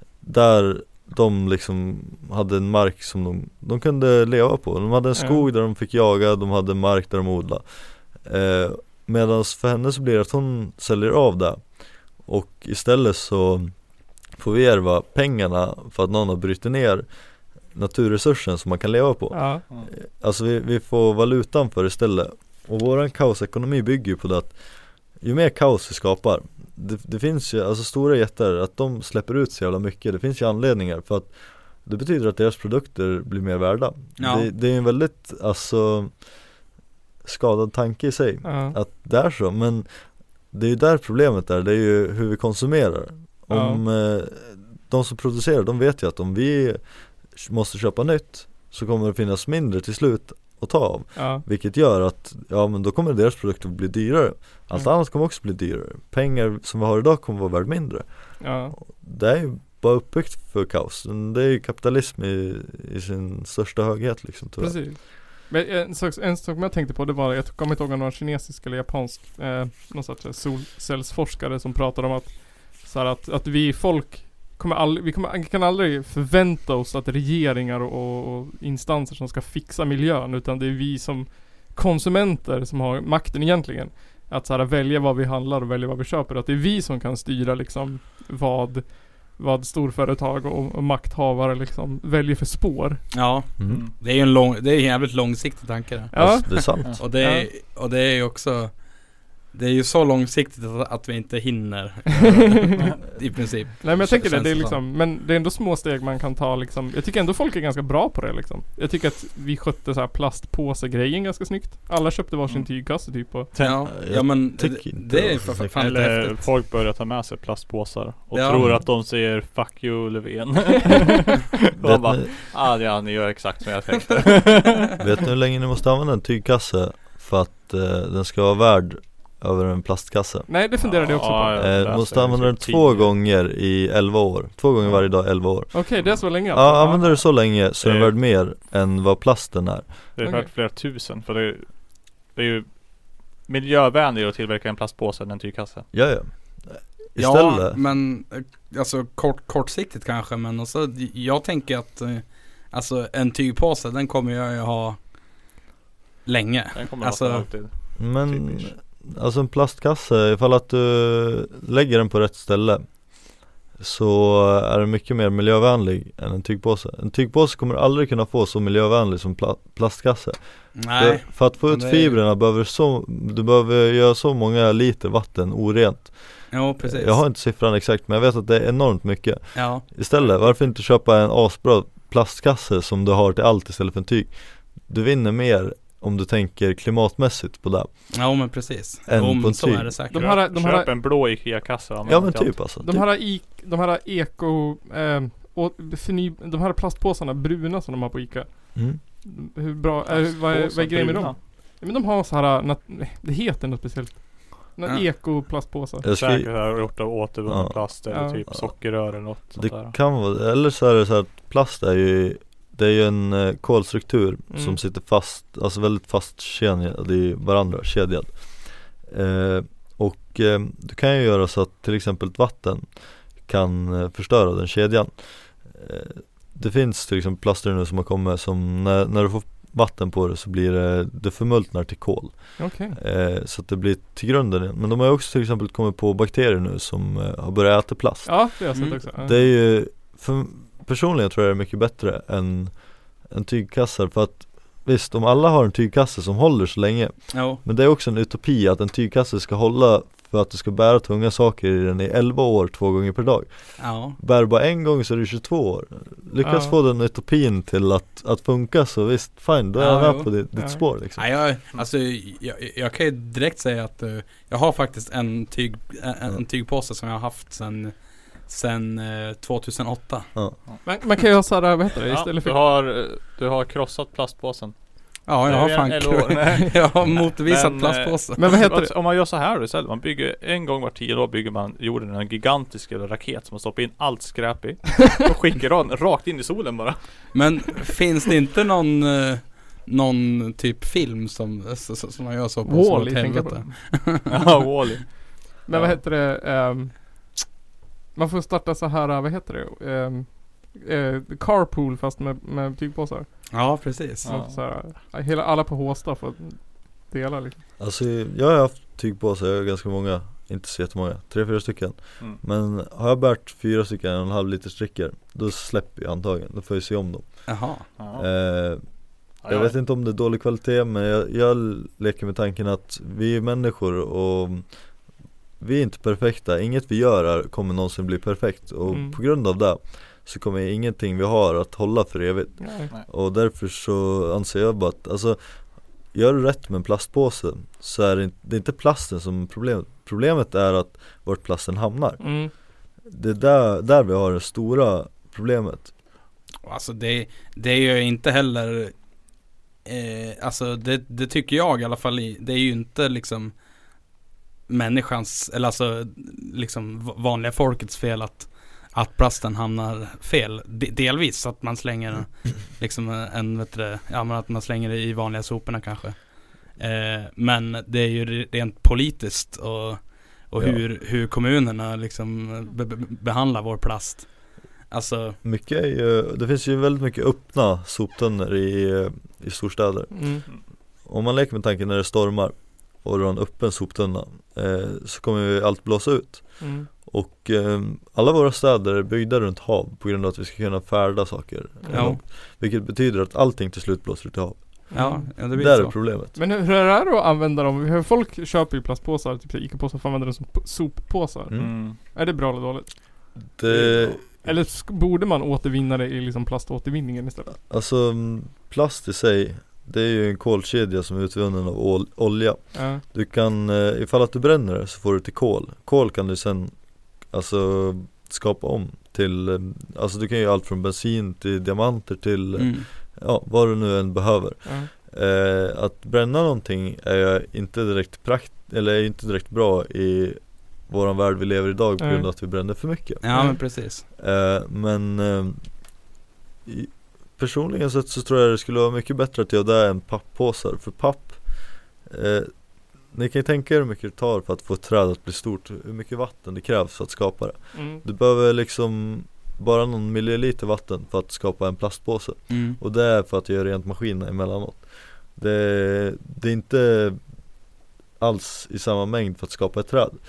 där de liksom hade en mark som de, de kunde leva på. De hade en skog Ja. där de fick jaga, de hade mark där de odlade. Eh, Medan för henne så blir det att hon säljer av det. Och istället så får vi ärva pengarna för att någon har brutit ner naturresursen som man kan leva på. Ja. Mm. Alltså vi, vi får valutan för istället. Och våran kaosekonomi bygger ju på det att ju mer kaos vi skapar, det, det finns ju, alltså stora jättar, att de släpper ut så jävla mycket, det finns ju anledningar för att det betyder att deras produkter blir mer värda. Ja. Det, det är en väldigt, alltså skadad tanke i sig, Ja. att det är så, men det är ju där problemet är, det är ju hur vi konsumerar. Om eh, de som producerar, de vet ju att om vi måste köpa nytt så kommer det finnas mindre till slut att ta av. Ja. Vilket gör att, ja men då kommer deras produkter bli dyrare. Allt Mm. annat kommer också bli dyrare. Pengar som vi har idag kommer vara värd mindre. Ja. Det är ju bara uppbyggt för kaos. Det är ju kapitalism i, i sin största höghet liksom, tyvärr. Precis. Men en sak, en sak som jag tänkte på, det var, jag kommer inte ihåg om det var kinesisk eller japansk, eh, någon sorts solcellsforskare som pratade om att, så här, att, att vi folk kommer aldrig, vi kommer, kan aldrig förvänta oss att regeringar och, och instanser som ska fixa miljön, utan det är vi som konsumenter som har makten egentligen. Att så här, välja vad vi handlar och välja vad vi köper. Att det är vi som kan styra liksom vad, vad storföretag och, och makthavare liksom väljer för spår. Ja, Mm. det är ju en lång, det är en jävligt långsiktig tanke det. Ja. Alltså, det är sant. Och det är, och det är ju också, det är ju så långsiktigt att, att vi inte hinner i princip. Nej men jag tänker det, Känns det är det liksom, men det är ändå små steg man kan ta liksom. Jag tycker ändå folk är ganska bra på det liksom. Jag tycker att vi skötte så här plastpåse-grejen ganska snyggt. Alla köpte varsin Mm. tygkasse typ och Ja, ja men det, tycker inte det är det för var fan lite Eller häftigt. folk börjar ta med sig plastpåsar och Ja. tror att de säger fuck you Löfven. Vet De bara, ni, ah, ja ni gör exakt som jag tänkte. vet ni hur länge ni måste använda en tygkasse för att eh, den ska vara värd över en plastkasse? nej det funderade jag också Ja, på. ja. Eh, läser du måste det, använda den typ två tio. gånger i elva år. Två gånger varje dag, elva år. Okej, det är så länge Ja, använder du så länge så är den Eh. värd mer än vad plasten är. Det är Okej. värt flera tusen för det är, det är ju miljövänligare att tillverka en plastpåse än en tygkasse. Ja, ja. Ja, Istället. men eh, alltså kort, kortsiktigt kanske, men också, jag tänker att eh, alltså en tygpåse, den kommer jag ju ha länge. Den kommer Alltså- alltså, alltid. Men Typisch. alltså en plastkasse, ifall att du lägger den på rätt ställe så är den mycket mer miljövänlig än en tygpåse. En tygpåse kommer aldrig kunna få så miljövänlig som pla- plastkasse. Nej, För, för att få men ut det är- fibrerna behöver så, du behöver göra så många liter vatten orent. jo precis. Jag har inte siffran exakt, men jag vet att det är enormt mycket. Ja, Istället, varför inte köpa en asbra plastkasse som du har till allt istället för en tyg? Du vinner mer om du tänker klimatmässigt på det. ja men precis. En Jo, på men en så tyg. är det säkert. De här- de här- Köp en blå Ikea-kasse. och Ja använd men till allt. typ alltså. De här, i, de här eko, eh, och förny, de här plastpåsarna, bruna som de har på Ica. Mm. Hur bra, är, vad, är, vad är grejen med dem? Bruna. Ja, men de har så här, nat, nej, det heter något speciellt. Någon Ja. eko-plastpåsar. Jag ska, Säkert här gjort av återvunnen Ja. plast eller Ja. typ sockerrör eller något sånt det där. kan vara, eller så är det så här att plast är ju, det är ju en eh, kolstruktur Mm. som sitter fast, alltså väldigt fast kedjad i varandra, kedjad. Eh, och eh, du kan ju göra så att till exempel ett vatten kan eh, förstöra den kedjan. Eh, det finns till exempel plaster nu som har kommit som när, när du får vatten på det så blir det, det förmultnar till kol. Okej. Eh, så att det blir till grunden igen. Men de har ju också till exempel kommit på bakterier nu som eh, har börjat äta plast. Ja, det har jag sett Mm. också. Ja. Det är ju, för, personligen tror jag det är mycket bättre än en tygkasse. För att visst, om alla har en tygkasse som håller så länge, Jo, men det är också en utopi att en tygkasse ska hålla för att du ska bära tunga saker i den i elva år två gånger per dag. ja. Bär bara en gång så är det tjugotvå år. Lyckas Ja. få den utopin till att, att funka så visst, fine, då är Ja, jag med jo. på ditt, ditt Ja. spår liksom. Nej, jag, alltså, jag, jag kan ju direkt säga att uh, jag har faktiskt en, tyg, en, en tygpåse som jag har haft sen, sen uh, tjugohundraåtta. Man, man kan ju ha såhär, vad heter det, Ja, istället du, för... har, du har krossat plastpåsen. Ja, jag Det har är fan en eller- nej. jag har motvisat Men, plastpåse. Men vad heter det? Om man gör så här då istället, man bygger en gång var tio år bygger man jorden en gigantisk jävla raket som man stoppar in allt skräp i och skickar den rakt in i solen bara. Men finns det inte någon uh, någon typ film som, som, som man gör så på så Wall-E åt tänker jag på. helvete? Ja, Wall-E. Men Ja. vad heter det? ehm, man får starta så här, vad heter det? Um, eh, carpool fast med, med tygpåsar. Ja, precis. Ja. Så här, hela, alla på Håsta får dela liksom. Alltså jag har haft tygpåsar, jag har ganska många inte så jättemånga, tre, fyra stycken. Mm. Men har jag bärt fyra stycken en och en halv liter drickor, då släpper jag antagligen, då får jag se om dem. Jaha. Ja. Eh, Ja, jag ja. vet inte om det är dålig kvalitet, men jag, jag leker med tanken att vi är människor och vi är inte perfekta. Inget vi gör är, kommer någonsin bli perfekt. Och Mm. på grund av det så kommer ingenting vi har att hålla för evigt. Nej. Och därför så anser jag bara att, alltså, gör du rätt med en plastpåse så är det inte, det är inte plasten som är problemet. Problemet är att vart plasten hamnar. Mm. Det är där, där vi har det stora problemet. Alltså det, det är ju inte heller eh, alltså det, det tycker jag i alla fall i, det är ju inte liksom människans, eller alltså liksom v- vanliga folkets fel att att plasten hamnar fel. De, delvis att man slänger liksom en, vet du, ja men att man slänger det i vanliga soporna kanske. Eh, men det är ju rent politiskt och, och Ja. hur, hur kommunerna liksom be, be, behandlar vår plast. Alltså, Mycket är ju, det finns ju väldigt mycket öppna soptunnor i, i storstäder. Mm. Om man leker med tanken när det stormar och du har en öppen soptunna, eh, så kommer ju allt blåsa ut. Mm. Och eh, alla våra städer är byggda runt hav på grund av att vi ska kunna färda saker. Ja. Eh, vilket betyder att allting till slut blåser ut i hav. ja, ja det blir Där så. är problemet. Men hur hur är det att använda dem? Folk köper ju plastpåsar, typ Ica-påsar, för att använda dem som p- soppåsar. Mm. Mm. Är det bra eller dåligt? Det, Eller sk- borde man återvinna det i liksom plaståtervinningen istället? alltså mm, plast i sig, det är ju en kolkedja som är utvunnen av ol- olja. Ja. Du kan, eh, ifall att du bränner det så får du till kol. Kol kan du sen alltså skapa om till, eh, alltså du kan ju allt från bensin till diamanter till, eh, Mm. ja, vad du nu än behöver. Ja. Eh, att bränna någonting är inte direkt prakt eller är inte direkt bra i våran värld vi lever i idag på grund av Nej. att vi bränner för mycket. Ja men precis. Eh, men eh, i, personligen sett så tror jag det skulle vara mycket bättre att göra det än papppåsar. För papp, eh, ni kan ju tänka er hur mycket det tar för att få ett träd att bli stort, hur mycket vatten det krävs för att skapa det. Mm. Du behöver liksom bara någon milliliter vatten för att skapa en plastpåse. Mm. Och det är för att göra rent maskinen emellanåt. Det, det är inte alls i samma mängd för att skapa ett träd.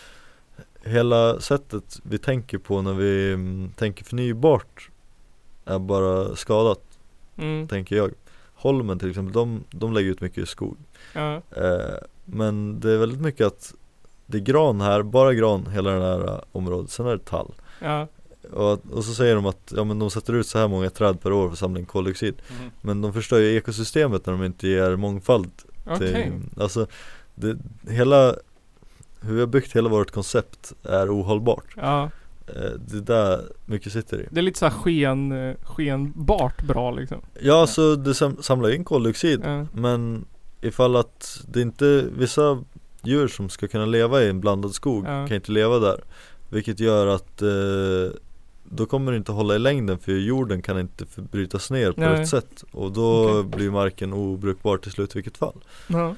Hela sättet vi tänker på när vi mm, tänker förnybart är bara skadat, Mm. tänker jag. Holmen till exempel, de, de lägger ut mycket i skog. Ja. Eh, men det är väldigt mycket att det är gran här, bara gran hela det här uh, området. Sen är det tall. Ja. Och, och så säger de att ja, men de sätter ut så här många träd per år för att samla in koldioxid. Mm. Men de förstör ju ekosystemet när de inte ger mångfald. Okej. Till, alltså, det, hela, hur vi har byggt hela vårt koncept är ohållbart. Ja. Eh, det är där mycket sitter i. Det är lite så här sken, eh, skenbart bra liksom. Ja, så det sam- samlar in koldioxid. Ja. Men ifall att det inte, vissa djur som ska kunna leva i en blandad skog Ja. kan inte leva där. Vilket gör att eh, då kommer det inte hålla i längden, för jorden kan inte brytas ner på Nej. rätt sätt. Och då Okej. blir marken obrukbar till slut i vilket fall. Ja.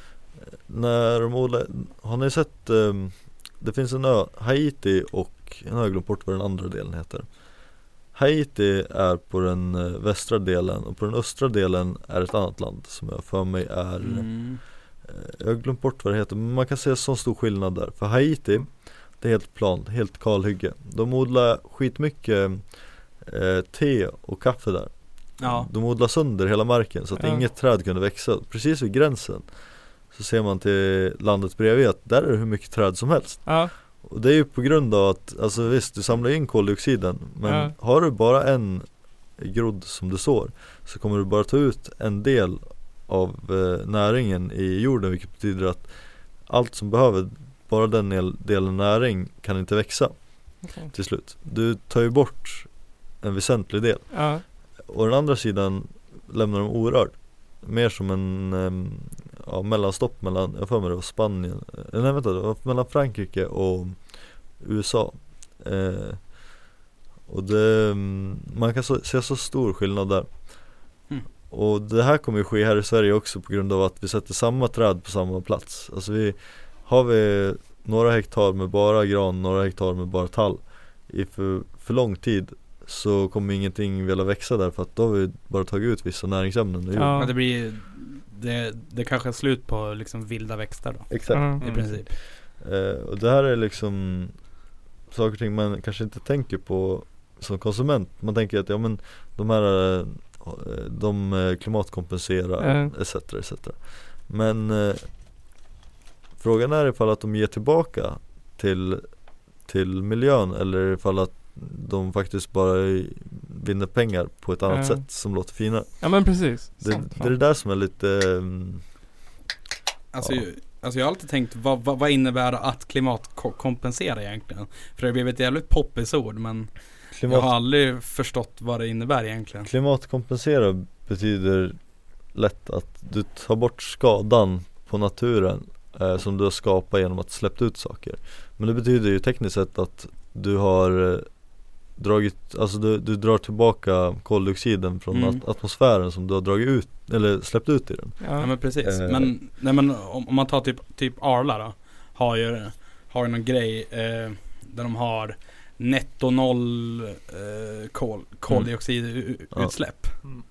När de odlar, har ni sett, um, det finns en ö, Haiti, och jag har glömt bort vad den andra delen heter. Haiti är på den uh, västra delen, och på den östra delen är ett annat land som jag för mig är, Mm. uh, jag har glömt bort vad det heter, men man kan se så stor skillnad där. För Haiti, det är helt plan, helt kalhygge. De odlar skitmycket uh, te och kaffe där. Ja. De odlar sönder hela marken så att Ja. inget träd kunde växa. Precis vid gränsen så ser man till landet bredvid att där är det hur mycket träd som helst. Ja. Och det är ju på grund av att, alltså visst, du samlar in koldioxiden, men Ja. har du bara en grodd som du sår, så kommer du bara ta ut en del av eh, näringen i jorden, vilket betyder att allt som behöver bara den del- delen näring kan inte växa Okej. till slut. Du tar ju bort en väsentlig del. Ja. Och den andra sidan lämnar de orörd. Mer som en em, ja, mellanstopp mellan, jag får med det var Spanien, eh, nej vänta, det var mellan Frankrike och U S A. Eh, och det, mm, man kan så, se så stor skillnad där. Mm. Och det här kommer ju ske här i Sverige också på grund av att vi sätter samma träd på samma plats. Alltså vi, har vi några hektar med bara gran, några hektar med bara tall i för, för lång tid, så kommer ingenting vilja växa där, för att då har vi bara tagit ut vissa näringsämnen ur jorden. Ja. Men det blir det, det kanske är slut på liksom vilda växter då. Exakt. Ja. I princip. Eh, och det här är liksom saker och ting man kanske inte tänker på som konsument. Man tänker att ja men de här eh, de eh, klimatkompenserar Mm. etc, et cetera. Men eh, frågan är ifall att de ger tillbaka till, till miljön eller ifall att de faktiskt bara i- vinner pengar på ett annat Mm. sätt som låter finare. Ja men precis. Det, Sant, det är det där som är lite um, Alltså, Ja. alltså jag har alltid tänkt, vad, vad, vad innebär att klimatkompensera egentligen? För det har blivit ett jävligt poppis ord, men jag har klimat, aldrig förstått vad det innebär egentligen. klimatkompensera betyder lätt att du tar bort skadan på naturen eh, som du har skapat genom att släppa ut saker. Men det betyder ju tekniskt sett att du har eh, dragit, alltså du, du drar tillbaka koldioxiden från Mm. at- atmosfären som du har dragit ut eller släppt ut i den. Ja, Ja. men precis. Eh. Men, nej, men om, om man tar typ, typ Arla då, har ju, har ju någon grej eh, där de har netto noll eh, kol, koldioxidutsläpp. Mm.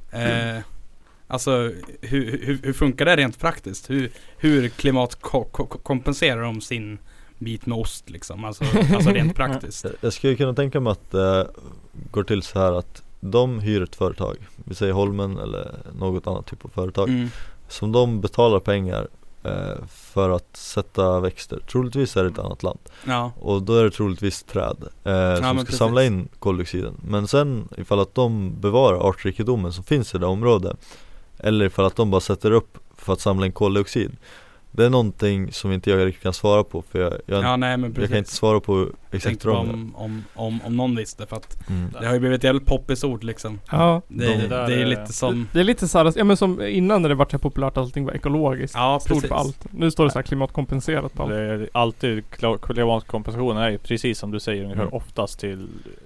Eh, alltså hur, hur, hur funkar det rent praktiskt? Hur, hur klimatkompenserar de sin bit med ost liksom? Alltså, alltså rent praktiskt. Jag- Jag skulle kunna tänka mig att det går till så här att de hyr ett företag, vi säger Holmen eller något annat typ av företag, Mm. som de betalar pengar eh, för att sätta växter. Troligtvis är det ett annat land. Ja. Och då är det troligtvis träd eh, som men ska precis. samla in koldioxiden. Men sen ifall att de bevarar artrikedomen som finns i det området, eller ifall att de bara sätter upp för att samla in koldioxid, det är någonting som inte jag riktigt kan svara på, för jag, jag, Ja, nej men jag precis. kan inte svara på exakt Tänkte vad bara de om, om, om, om någon visste, för att mm. det har ju blivit ett jävligt poppis ord liksom. Ja. Det, De det, där det är är- lite som, Det är lite såhär, ja men som innan när det var så populärt allting var ekologiskt. ja Stod precis. på allt. Nu står det så här klimatkompenserat på allt. Det är alltid kla- klimatkompensationen är ju precis som du säger ungefär Mm. oftast till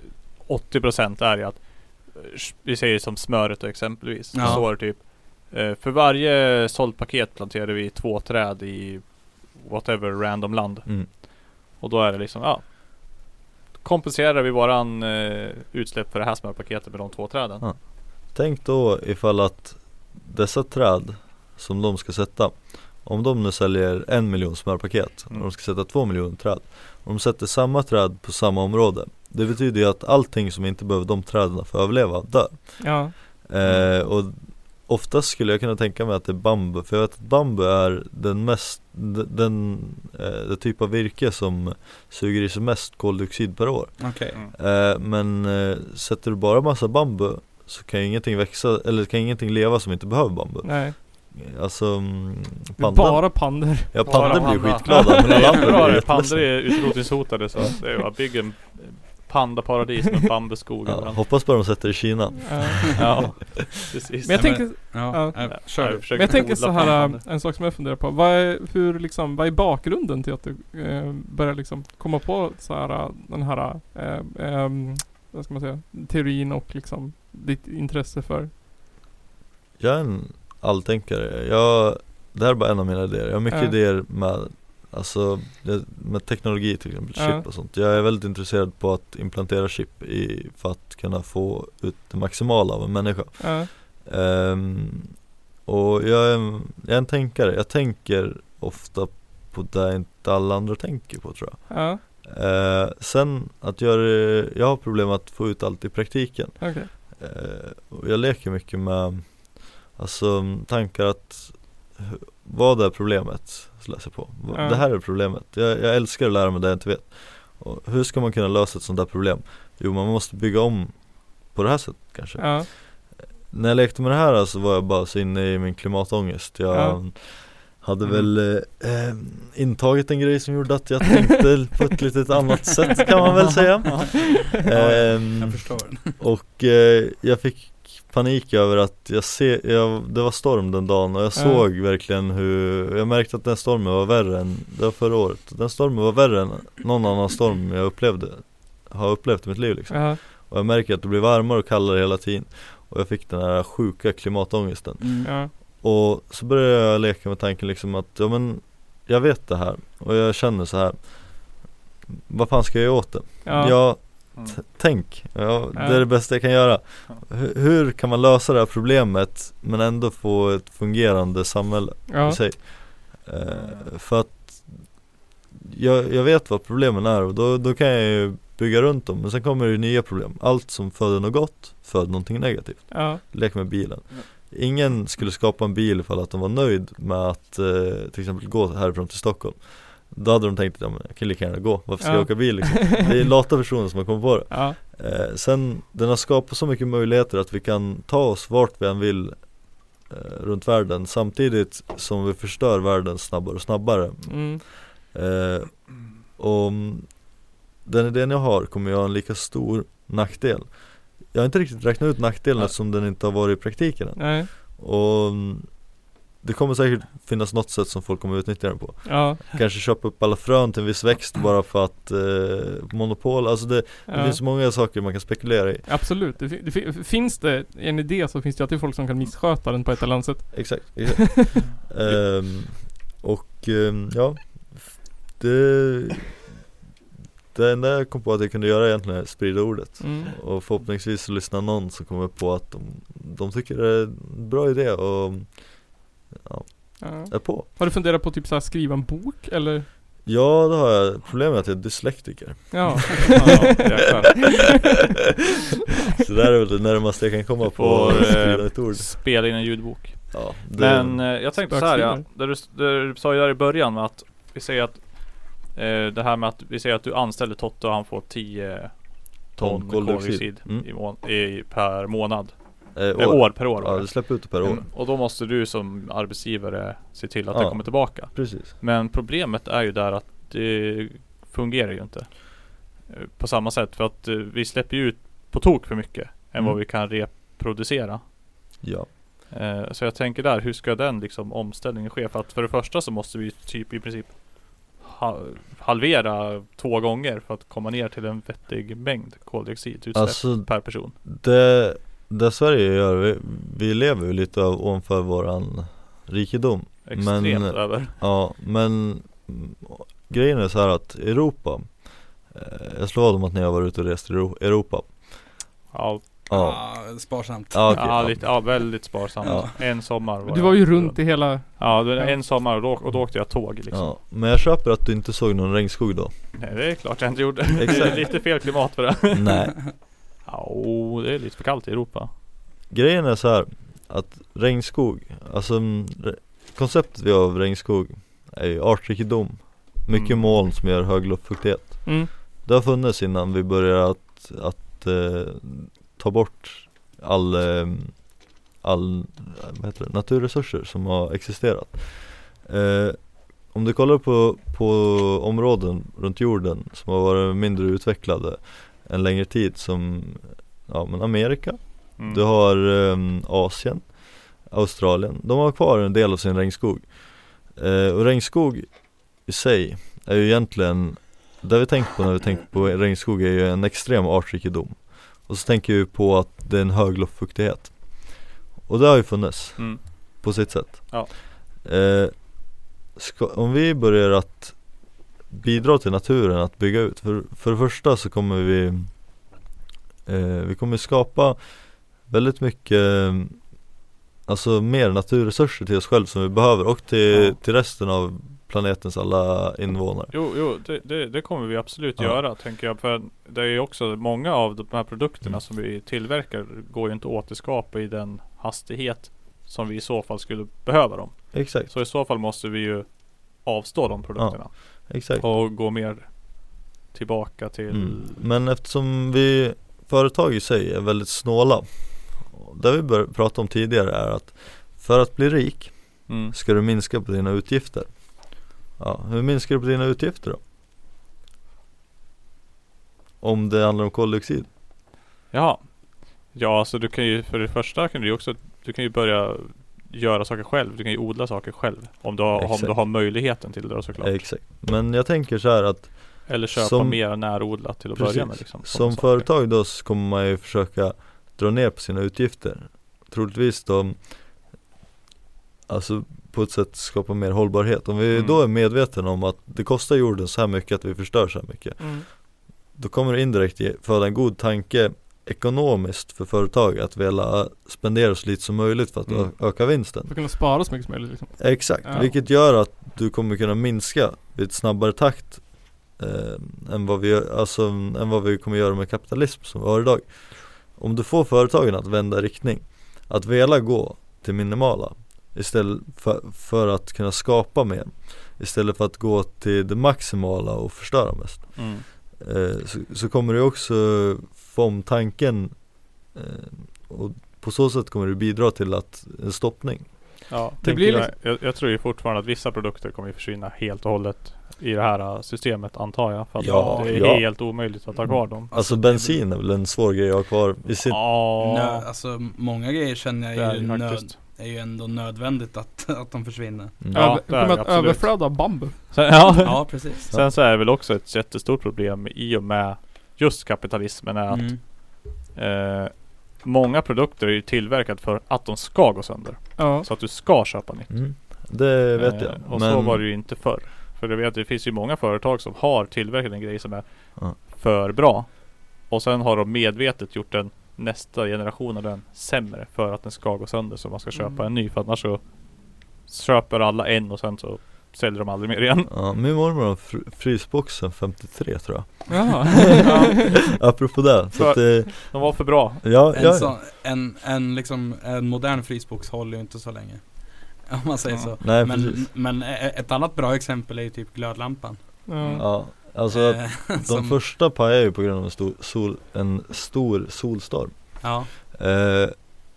åttio procent är ju att eh, vi säger som smöret då, exempelvis. Ja. Så är det typ eh, för varje sålt paket planterar vi två träd i whatever random land. Mm. Och då är det liksom, ja, kompenserar vi våran eh, utsläpp för det här smörpaketet med de två träden. Ja. Tänk då ifall att dessa träd som de ska sätta, om de nu säljer en miljon smörpaket Mm. och de ska sätta två miljoner träd, och de sätter samma träd på samma område, det betyder ju att allting som inte behöver de träden för att överleva dör. Ja. Eh, och oftast skulle jag kunna tänka mig att det är bambu, för jag vet att bambu är den mest den, den eh, det typ av virke som suger i sig mest koldioxid per år. Okej. Mm. Eh, men eh, sätter du bara massa bambu så kan ju ingenting växa, eller kan ingenting leva som inte behöver bambu. Nej. Alltså mm, Det är pandan, bara pandor. ja, Bara pandor blir panda. skitglada men Det alla är andra bra blir det. Pandor jätteledsna. är utrotningshotade, så det är bara bygga en pandaparadis med bambuskog Ja, överallt. hoppas bara de sätter i Kina. Ja. Ja, precis. Men jag Nej, tänkte, Ja, Ja. äh, Ja, kör. jag försöker men jag tänker odla så här, pandor. en sak som jag funderar på. Vad är, hur liksom, vad är bakgrunden till att du eh, börjar liksom komma på så här, den här, eh, eh, vad ska man säga, teorin och liksom ditt intresse för? Jag är en alltänkare. Jag, det här är bara en av mina idéer. Jag har mycket Ja. idéer med, alltså, det- med teknologi till exempel, Ja. chip och sånt. Jag är väldigt intresserad på att implantera chip i, för att kunna få ut det maximala av en människa. Ja. Ehm, och jag är, en- jag är en tänkare. Jag tänker ofta på det inte alla andra tänker på, tror jag. Ja, Eh, sen att göra det, jag har problem att få ut allt i praktiken. okej. Eh, och jag leker mycket med, alltså, tankar att hu- vad är problemet? Så läser jag på. Va- Ja. Det här är problemet. Jag, jag älskar att lära mig det jag inte vet. Och hur ska man kunna lösa ett sånt där problem? Jo, man måste bygga om på det här sättet kanske. Ja, När jag lekte med det här så var jag bara så inne i min klimatångest. Jag Ja. hade Mm. väl eh, intagit en grej som gjorde att jag tänkte på ett litet annat sätt, kan man väl säga. Ehm, Jag förstår. och eh, jag fick panik över att jag ser, jag, det var storm den dagen och jag Ja. såg verkligen hur, jag märkte att den stormen var värre än, det var förra året. Den stormen var värre än någon annan storm jag upplevde, har upplevt i mitt liv liksom. ja, Och jag märker att det blir varmare och kallare hela tiden. Och jag fick den här sjuka klimatångesten. Mm. ja, Och så började jag leka med tanken liksom att, ja men, jag vet det här. Och jag känner så här. Vad fan ska jag göra åt det? ja, Jag, Mm. t- tänk, ja, det Ja. är det bästa jag kan göra. H- hur kan man lösa det här problemet men ändå få ett fungerande samhälle ja, i sig? Eh, för att jag, jag vet vad problemen är och då, då kan jag ju bygga runt dem. Men sen kommer det ju nya problem. Allt som föder något gott föder någonting negativt. Ja. Lek med bilen. Ingen skulle skapa en bil för att de var nöjd med att eh, till exempel gå härifrån till Stockholm. Då hade de tänkt att ja, jag kan lika gärna gå. Varför ska Ja. jag åka bil liksom? Det är lata personer som har kommit på det. Ja. Eh, sen den har skapat så mycket möjligheter att vi kan ta oss vart vi än vill eh, runt världen. Samtidigt som vi förstör världen snabbare och snabbare. Mm. Eh, och den idén jag har kommer jag ha en lika stor nackdel. Jag har inte riktigt räknat ut nackdelen Nej. eftersom den inte har varit i praktiken än. Nej. Och det kommer säkert finnas något sätt som folk kommer utnyttja den på. Ja. Kanske köpa upp alla frön till en viss växt bara för att eh, monopol, alltså det, Ja. det finns många saker man kan spekulera i. Absolut. Det, fi- det, fi- finns det en idé så finns det alltid folk som kan missköta den på ett eller annat sätt. Exakt, exakt. Ehm, Och ehm, ja, det, det enda jag kom på att jag kunde göra egentligen är sprida ordet. Mm. Och förhoppningsvis så lyssnar någon som kommer på att de, de tycker det är en bra idé och ja, Ja. är på. Har du funderat på typ så här skriva en bok eller? Ja, då har jag problemet att jag är dyslektiker. Ja. Ja, jäklar. Så det där är väl det närmaste jag kan komma på Får, att eh, sprida ett ord. Spela in en ljudbok. Ja, det, Men eh, jag tänkte så här, ja, Spöksidor. där du, där du sa ju där i början med att vi säger att eh, det här med att vi säger att du anställer Totte och han får tio ton, Ton koldioxid, koldioxid. Mm. i må- i, per månad. eh, Eh, år per år. Ja, var du det. släpper ut det per år. Mm. Och då måste du som arbetsgivare se till att Ja. det kommer tillbaka. Precis. Men problemet är ju där att det fungerar ju inte eh, på samma sätt. För att eh, vi släpper ju ut på tok för mycket än Mm. vad vi kan reproducera. Ja. Eh, så jag tänker där, hur ska den liksom omställningen ske? För att för det första så måste vi typ i princip ha, halvera två gånger för att komma ner till en vettig mängd koldioxidutsläpp Alltså per person. det, det Sverige gör, vi, vi lever ju lite av ovanför våran rikedom. Extremt Men- över. Ja, men mm, grejen är så här att Europa, eh, jag slår vad om att ni har varit ute och rest i Ero- Europa. Ja, Ja, Ja, sparsamt. ja, okej, ja, ja. lite, ja väldigt sparsamt. Ja. En sommar var Du jag var ju runt i hela... Ja, det var en sommar och då, och då åkte jag tåg liksom. Ja, men jag köper att du inte såg någon regnskog då. Nej, det är klart jag inte gjorde. Det Exakt. är lite fel klimat för det. Nej, Ja, oh, det är lite för kallt i Europa. grejen är så här att regnskog, alltså mm, re- konceptet vi har av regnskog är ju artrikedom. Mycket Mm. moln som gör hög luftfuktighet. Mm. Det har funnits innan vi började att, att eh, ta bort all, eh, all vad heter det, naturresurser som har existerat. Eh, om du kollar på, på områden runt jorden som har varit mindre utvecklade en längre tid, som ja, men Amerika, Mm. du har eh, Asien, Australien, de har kvar en del av sin regnskog. Eh, och regnskog i sig är ju egentligen, det vi tänker på när vi tänker på regnskog är ju en extrem artrikedom. Och så tänker vi på att det är en hög luftfuktighet. Och det har ju funnits Mm. på sitt sätt. Ja. Eh, ska, om vi börjar att bidra till naturen att bygga ut, för, för det första så kommer vi eh, vi kommer skapa väldigt mycket, alltså mer naturresurser till oss själva som vi behöver och till, Ja. till resten av planetens alla invånare. Jo, jo det, det, det kommer vi absolut Ja. göra, tänker jag. För det är ju också många av de här produkterna Mm. som vi tillverkar går ju inte att återskapa i den hastighet som vi i så fall skulle behöva dem. Exakt, Så i så fall måste vi ju avstå de produkterna exakt. och gå mer tillbaka till Mm. Men eftersom vi företag i sig är väldigt snåla, och det vi bör prata om tidigare är att för att bli rik mm. ska du minska på dina utgifter. Ja, hur minskar du på dina utgifter då? Om det handlar om koldioxid. Ja. Ja, alltså du kan ju, för det första kan du ju också, du kan ju börja göra saker själv. Du kan ju odla saker själv. Om du har, om Exakt. du har möjligheten till det då, såklart. Exakt. Men jag tänker så här att Eller köpa Som- mer närodlat till att precis, börja med liksom, sådana som saker. företag då så kommer man ju försöka dra ner på sina utgifter. Troligtvis då, alltså på ett sätt skapa mer hållbarhet. Om vi Mm. då är medvetna om att det kostar jorden så här mycket att vi förstör så här mycket, Mm. då kommer det indirekt ge, föda en god tanke ekonomiskt för företag att vilja spendera så lite som möjligt för att Mm. ö- öka vinsten. För att kunna spara så mycket som möjligt liksom. Exakt, Ja. vilket gör att du kommer kunna minska vid ett snabbare takt eh, än, vad vi, alltså, än vad vi kommer göra med kapitalism som vi har idag. Om du får företagen att vända riktning, att vilja gå till minimala istället för, för att kunna skapa mer, istället för att gå till det maximala och förstöra mest, Mm. eh, så, så kommer du också få om tanken eh, och på så sätt kommer det bidra till att en stoppning. Ja, Det det blir blir liksom- jag, jag tror ju fortfarande att vissa produkter kommer att försvinna helt och hållet i det här systemet, antar jag. För att Ja, det är ja. helt omöjligt att ha kvar dem. Alltså bensin är väl en svår grej att ha kvar i sitt. Ja, Nö, alltså många grejer känner det jag är är, ju ju nöd, faktiskt. är ju ändå nödvändigt att, att de försvinner. Mm. Ja, Över, det är kommer det, att absolut. överflöda bambu. Sen, ja. Ja, precis. Sen så är det väl också ett jättestort problem i och med just kapitalismen är att Mm. eh, många produkter är ju tillverkade för att de ska gå sönder. Ja. Så att du ska köpa nytt. Mm. Det vet jag. Eh, och men så var det ju inte förr. För jag vet, det finns ju många företag som har tillverkat en grej som är Ja. för bra. Och sen har de medvetet gjort den nästa generation av den sämre för att den ska gå sönder. Så man ska köpa Mm. en ny. För annars så köper alla en och sen så säljer de aldrig mer igen. ja, min mormor har fr- frysboxen femtiotre tror jag. Jaha. Apropå det. Så För- att, eh, De var för bra. ja, En, ja, sån, en, en, liksom, en modern frysbox håller ju inte så länge. Om man säger Ja. så. Nej, Men, precis. men e- ett annat bra exempel är ju typ glödlampan. Ja. Ja, alltså att Eh, de som- första pajar ju på grund av en stor, sol, en stor solstorm. Ja, Eh,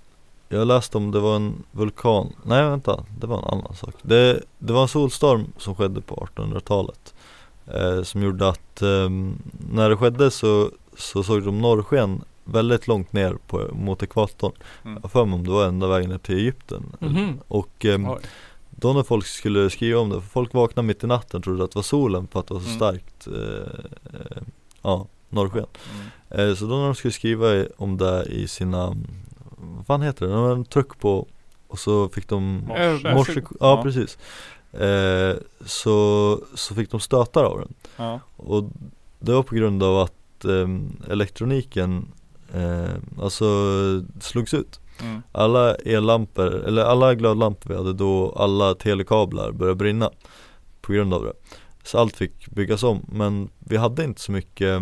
jag läste om det var en vulkan. Nej vänta, det var en annan sak. Det, det var en solstorm som skedde på artonhundratalet. Eh, som gjorde att eh, när det skedde så, så såg de norrsken väldigt långt ner på, mot ekvatorn. Mm. Jag för mig om det var ända vägen ner till Egypten. Mhm. Och eh, oj. då när folk skulle skriva om det, för folk vaknade mitt i natten och trodde att det var solen för att det var så Mm. starkt eh, eh, ja, norrsken. Mm. Eh, så då när de skulle skriva i- om det i sina, vad fan heter det? De hade en tryck på och så fick de Morse. morse, ja, Ja. precis. Eh, så, så fick de stötar av den. Ja. Och det var på grund av att eh, elektroniken eh, alltså slogs ut. Mm. Alla ellampor, eller alla glödlampor vi hade då, alla telekablar började brinna på grund av det. Så allt fick byggas om, men vi hade inte så mycket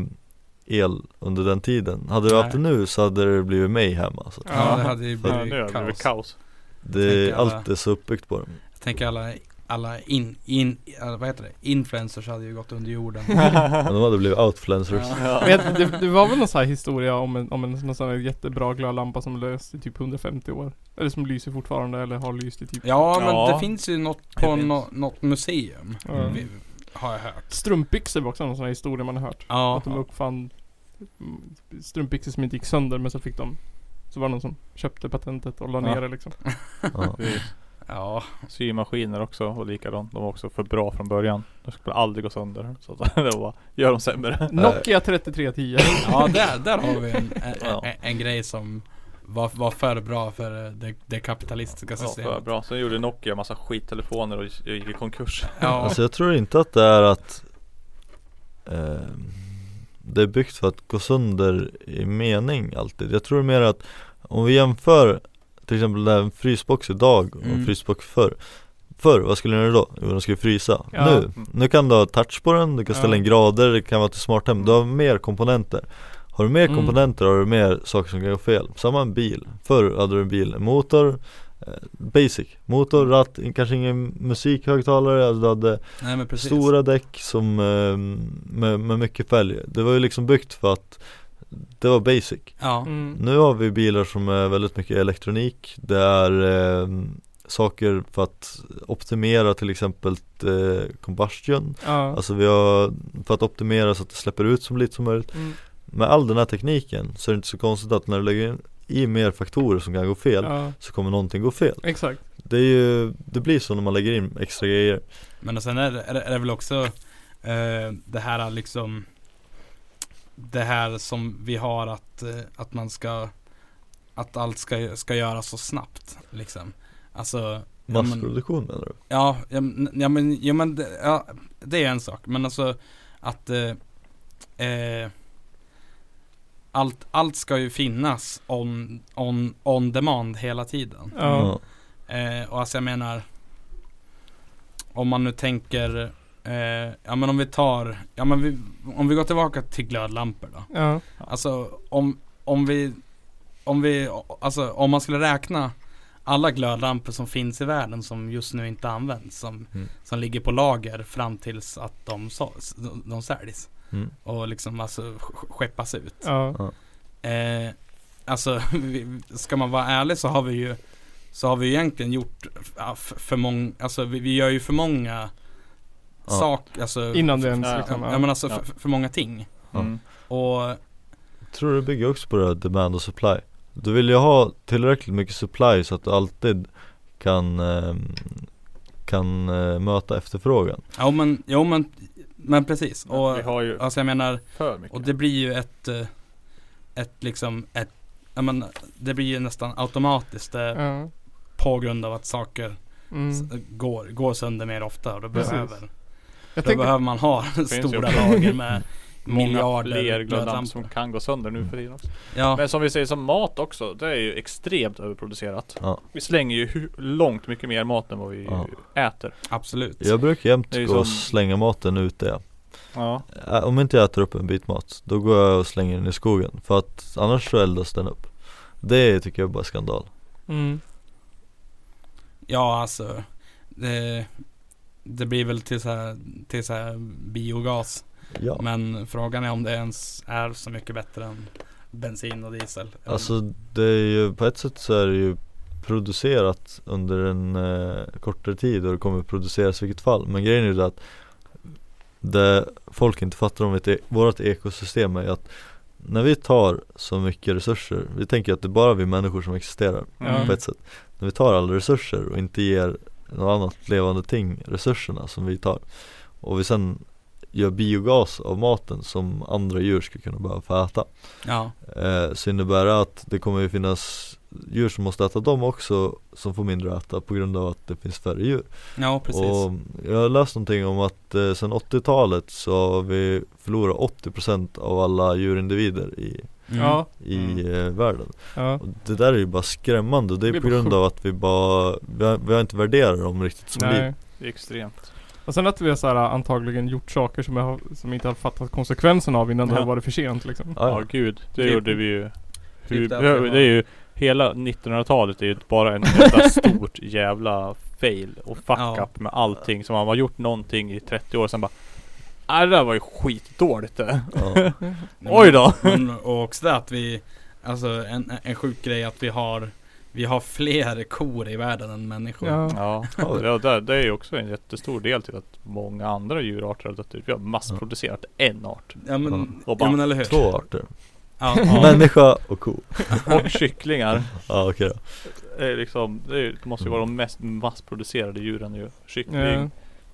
el under den tiden. Hade vi Nej. haft det nu så hade det blivit mayhem alltså. Ja, det hade ju Ja, blivit det har blivit kaos. kaos. Det, Tänker alla- allt är så uppbyggt på det. Jag tänker alla, alla in, in, alla, vad heter det? Influencers hade ju gått under jorden. Men de hade blivit outfluencers. Ja. Men det, det var väl någon sån här historia om en, om en någon sån här jättebra glödlampa som löst i typ hundrafemtio år. Eller som lyser fortfarande eller har lyst i typ Ja, men Ja. det finns ju något Det på finns. nå, något museum. Mm. Vi, har jag hört. strumpbyxor var också någon sån här historia man har hört. Ja, Att de uppfann mm, strumpbyxor som inte gick sönder, men så fick de, så var det någon som köpte patentet och la Ja. ner det liksom. Ja. Det är ja. Symaskiner också och likadant. De var också för bra från början. De skulle aldrig gå sönder. Så att det var, gör dem sämre. Nokia trettiotre tio. Ja, där, där har vi en, en, Ja. en, en grej som var, var för bra för det, det kapitalistiska Ja, för systemet. bra. Sen gjorde Nokia massa skittelefoner och gick i konkurs. Ja, Alltså jag tror inte att det är att eh, det är byggt för att gå sönder i mening alltid. Jag tror mer att om vi jämför till exempel den frysbox idag och Mm. en frysbox förr. Förr, vad skulle den göra då? Jo, den skulle frysa. Ja. Nu, nu kan du ha touch på den, du kan ställa Ja. in grader, det kan vara till smart hem. Du har mer komponenter. Har du mer Mm. komponenter har du mer saker som kan gå fel. Samma en bil. Förr hade du en bil, en motor, eh, basic. Motor, ratt, kanske ingen musikhögtalare, alltså du hade nej men precis. stora däck som eh, med, med mycket fälg. Det var ju liksom byggt för att det var basic. Ja, Mm. Nu har vi bilar som är väldigt mycket elektronik. Det är eh, saker för att optimera till exempel eh, combustion. Ja. Alltså vi har för att optimera så att det släpper ut så lite som möjligt. Mm. Med all den här tekniken så är det inte så konstigt att när du lägger in i mer faktorer som kan gå fel Ja. så kommer någonting gå fel. Exakt. Det är ju, det blir så när man lägger in extra grejer. men och sen är det, är det, är det väl också eh, det här liksom det här som vi har att, eh, att man ska att allt ska, ska göras så snabbt liksom. Alltså ja, men- Massproduktion menar du? Ja, ja, men- ja men, ja, men det, ja, det är en sak. Men alltså att eh, eh, allt, allt ska ju finnas on, on, on demand hela tiden. Ja. Eh, och alltså jag menar, om man nu tänker, eh, ja men om vi tar, ja men vi, om vi går tillbaka till glödlampor då. Ja. Alltså om, om vi, om vi, alltså om man skulle räkna alla glödlampor som finns i världen som just nu inte används, som, Mm. som ligger på lager fram tills att de, så, de säljs Mm. och liksom alltså sk- skeppas ut. Ja. Eh, alltså vi, ska man vara ärlig så har vi ju så har vi egentligen gjort ja, f- för många, alltså vi, vi gör ju för många Ja. saker, alltså Innan det f- ens ja, liksom, ja, men alltså Ja. för, för många ting. Mm. Och Jag tror det bygger också på det här demand och supply. Du vill ju ha tillräckligt mycket supply så att du alltid kan eh, kan eh, möta efterfrågan. ja men, jo men men precis. Och Vi har ju alltså jag menar, för mycket. och det blir ju ett eh, ett liksom ett, ja men det blir ju nästan automatiskt eh, Ja. på grund av att saker Mm. s- går, går sönder mer ofta och då Precis. behöver, Jag då tänker, behöver man ha finns ju stora också lager med många miljarder fler glödlampor glödlampor. som kan gå sönder nu för tiden också. Ja, Men som vi säger som mat också, det är ju extremt överproducerat. Ja. Vi slänger ju hu- långt mycket mer mat än vad vi Ja. äter. absolut. Jag brukar jämt Det är ju gå och som- slänga maten ute. Ja. Ja. Ä- Om inte jag äter upp en bit mat, då går jag och slänger den i skogen. För att annars så eldas den upp. Det tycker jag bara är skandal. mm. Ja, alltså det, det blir väl till så här, till så här biogas. Ja. Men frågan är om det ens är så mycket bättre än bensin och diesel. Alltså det är ju, på ett sätt så är det ju producerat under en eh, kortare tid och det kommer produceras i vilket fall. Men grejen är ju det att det folk inte fattar om ett e- vårt ekosystem är att när vi tar så mycket resurser, vi tänker att det är bara vi människor som existerar Mm. på ett sätt. När vi tar alla resurser och inte ger något annat levande ting resurserna som vi tar och vi sen gör biogas av maten som andra djur ska kunna behöva få äta, Ja, eh, så innebär det att det kommer ju finnas djur som måste äta dem också som får mindre att äta på grund av att det finns färre djur. ja precis. Och jag har läst någonting om att eh, sedan åttiotalet så har vi förlorat åttio procent av alla djurindivider i, Mm. Ja. i Mm. eh, världen. Ja. Och det där är ju bara skrämmande och det är Det på blir grund bara av att vi bara vi har, vi har inte värderat dem riktigt som liv. Nej. Det är extremt. Och sen att vi har så här, antagligen gjort saker som, jag har, som inte har fattat konsekvenserna av innan det Ja. har varit för sent liksom. Ja, Ja, gud. Det Typ- gjorde vi ju. Hur, typ det, därför det var- är ju hela nittonhundratalet är ju bara en enda stort jävla fail och fuck Ja. up med allting som man har gjort någonting i trettio år sen bara. Nej, det där var ju skitdåligt det. ja. Oj då. Men, och också det att vi, alltså en, en sjuk grej att vi har vi har fler kor i världen än människor. Ja. Ja, det, det, det är ju också en jättestor del till att många andra djurarter har dött ut. Vi har massproducerat en art. Ja men, Och ja, bara men eller hur? Två arter. Ja, ja. Människa och ko. Och kycklingar. Ja, okej då. Det, är liksom, det, är, det måste ju vara de mest massproducerade djuren ju. Kyckling Ja.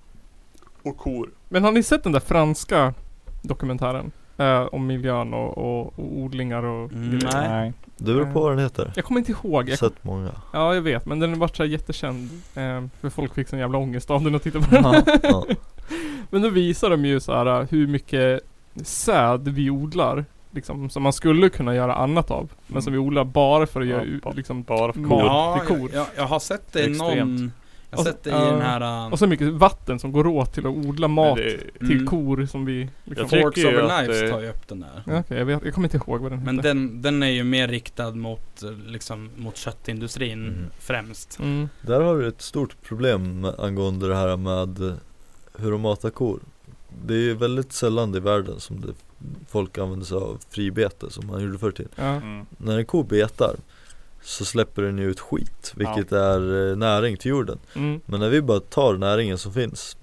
och kor. Men har ni sett den där franska dokumentären? Eh, om miljön och, och, och odlingar och Mm, grejer? nej. Det beror på vad den heter. Jag kommer inte ihåg. Jag kom, Sett många. ja jag vet, men den har varit så här jättekänd. Eh, för folk fick sån jävla ångest av den och tittade på den. Ja. Ja. Men då visar de ju så här hur mycket säd vi odlar. Liksom, som man skulle kunna göra annat av. Men Mm. som vi odlar bara för att Ja, göra u- ba- liksom, bara för mat kor. Ja, till kor. jag, jag, jag har sett det i någon, Extremt. jag har Och- sett det i ja. den här uh, Och så mycket vatten som går åt till att odla mat Men det- till mm. kor som vi liksom, Jag tycker Forks ju Over att Knives det- tar ju upp den där. ja, okej, jag, vet, jag kommer inte ihåg vad den Men heter. den, den är ju mer riktad mot eh, liksom mot köttindustrin Mm. främst. Mm. Där har du ett stort problem med, angående det här med eh, hur de matar kor. Det är ju väldigt sällan i världen som det, folk använder sig av fribete som man gjorde förr i tiden. Ja. Mm. När en ko betar så släpper den ju ut skit, vilket är eh, näring till jorden. Mm. Men när vi bara tar näringen som finns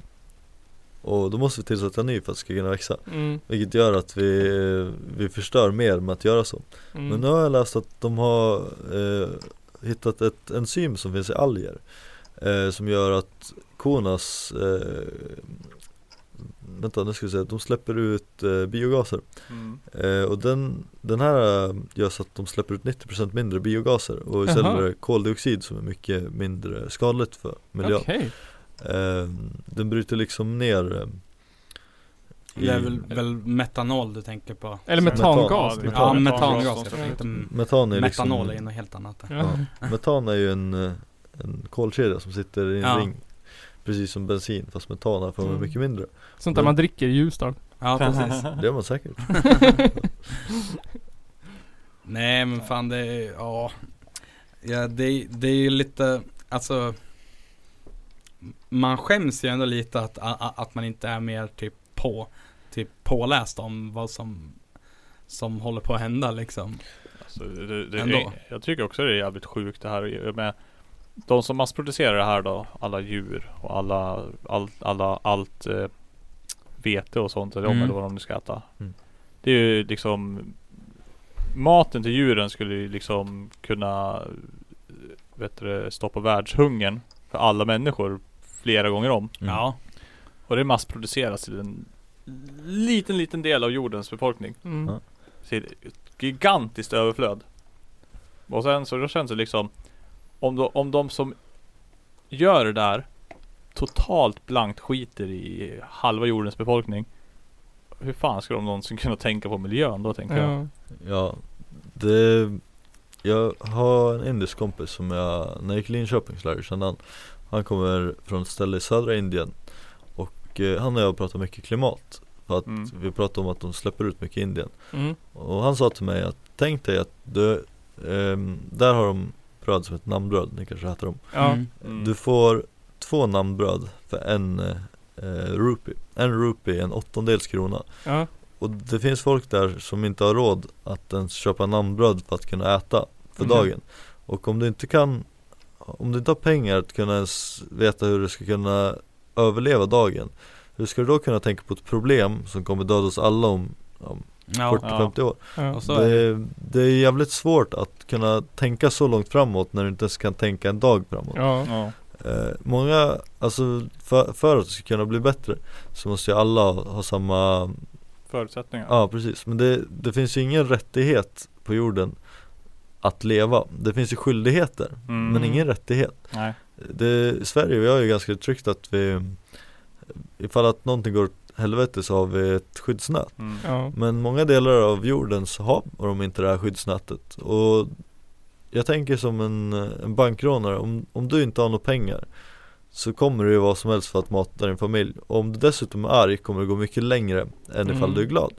och då måste vi tillsätta ny för att det ska kunna växa. Mm. Vilket gör att vi, vi förstör mer med att göra så. Mm. Men nu har jag läst att de har eh, hittat ett enzym som finns i alger eh, som gör att kornas eh, vänta nu ska vi säga, de släpper ut eh, biogaser Mm. eh, och den, den här gör så att de släpper ut nittio procent mindre biogaser och istället Jaha. är det koldioxid som är mycket mindre skadligt för miljön. Okej. eh, Den bryter liksom ner Det är väl, väl metanol du tänker på? Eller Metan. metangas. Metan. Ja, metangas. metangas. Ja. Jag tänkte, mm, Metan är liksom, metanol är något helt annat. Ja. ja, metan är ju en, eh, en kolkedja som sitter i en Ja. ring. Precis som bensin, fast metan är för Mm. mycket mindre. Sånt där man dricker i Ljusdal. Ja, precis. Det gör man säkert. Nej men fan det är, ja, ja det, det är ju lite, alltså man skäms ju ändå lite att, att, att man inte är mer typ på, typ påläst om vad som, som håller på att hända liksom. Alltså, det, det, Ändå. är, jag tycker också det är jävligt sjukt det här med de som massproducerar det här då, alla djur och alla allt, alla, allt eh, vete och sånt eller, Mm. eller vad de nu ska äta. Mm. Det är ju liksom maten till djuren skulle ju liksom kunna vet du, stoppa världshungern för alla människor flera gånger om. Mm. Ja. Och det massproduceras till en liten liten del av jordens befolkning. Mm. Ja. Så det är ett gigantiskt överflöd. Och sen så då känns det liksom om, då, om de som gör det där totalt blankt skiter i halva jordens befolkning, hur fan ska de någonsin kunna tänka på miljön då, tänker jag. Ja. Ja, det, jag har en indisk kompis som jag, när jag gick i Linköping så lärde jag känna han. Han kommer från ett ställe i södra Indien. Och eh, han och jag pratar mycket klimat. För att Mm. vi pratar om att de släpper ut mycket i Indien. Mm. Och han sa till mig att tänk dig att du, ehm, där har de bröd som heter namnbröd, ni kanske äter dem. Ja. Mm. Mm. Du får två namnbröd för en eh, rupee. En rupee är en åttondels krona. Ja. Och det finns folk där som inte har råd att ens köpa namnbröd för att kunna äta för Mm. dagen. Och om du inte kan, om du inte har pengar att kunna ens veta hur du ska kunna överleva dagen, hur ska du då kunna tänka på ett problem som kommer döda oss alla om, om Ja. fyrtio till femtio år? Ja. Och så är det. Det, det är jävligt svårt att kunna tänka så långt framåt när du inte ens kan tänka en dag framåt. Ja. Ja. Eh, många, alltså för, för att det ska kunna bli bättre så måste ju alla ha, ha samma, Förutsättningar. ja precis, men det, det finns ju ingen rättighet på jorden att leva. Det finns ju skyldigheter, Mm. men ingen rättighet. Nej. Det, I Sverige, vi har ju ganska tryggt att vi, ifall att någonting går åt helvete så har vi ett skyddsnät. Mm. Ja. Men många delar av jorden så har de inte det här skyddsnätet. Och jag tänker som en, en bankrånare, om, om du inte har några pengar så kommer det ju vad som helst för att mata din familj. Och om du dessutom är arg kommer det gå mycket längre än ifall Mm. du är glad.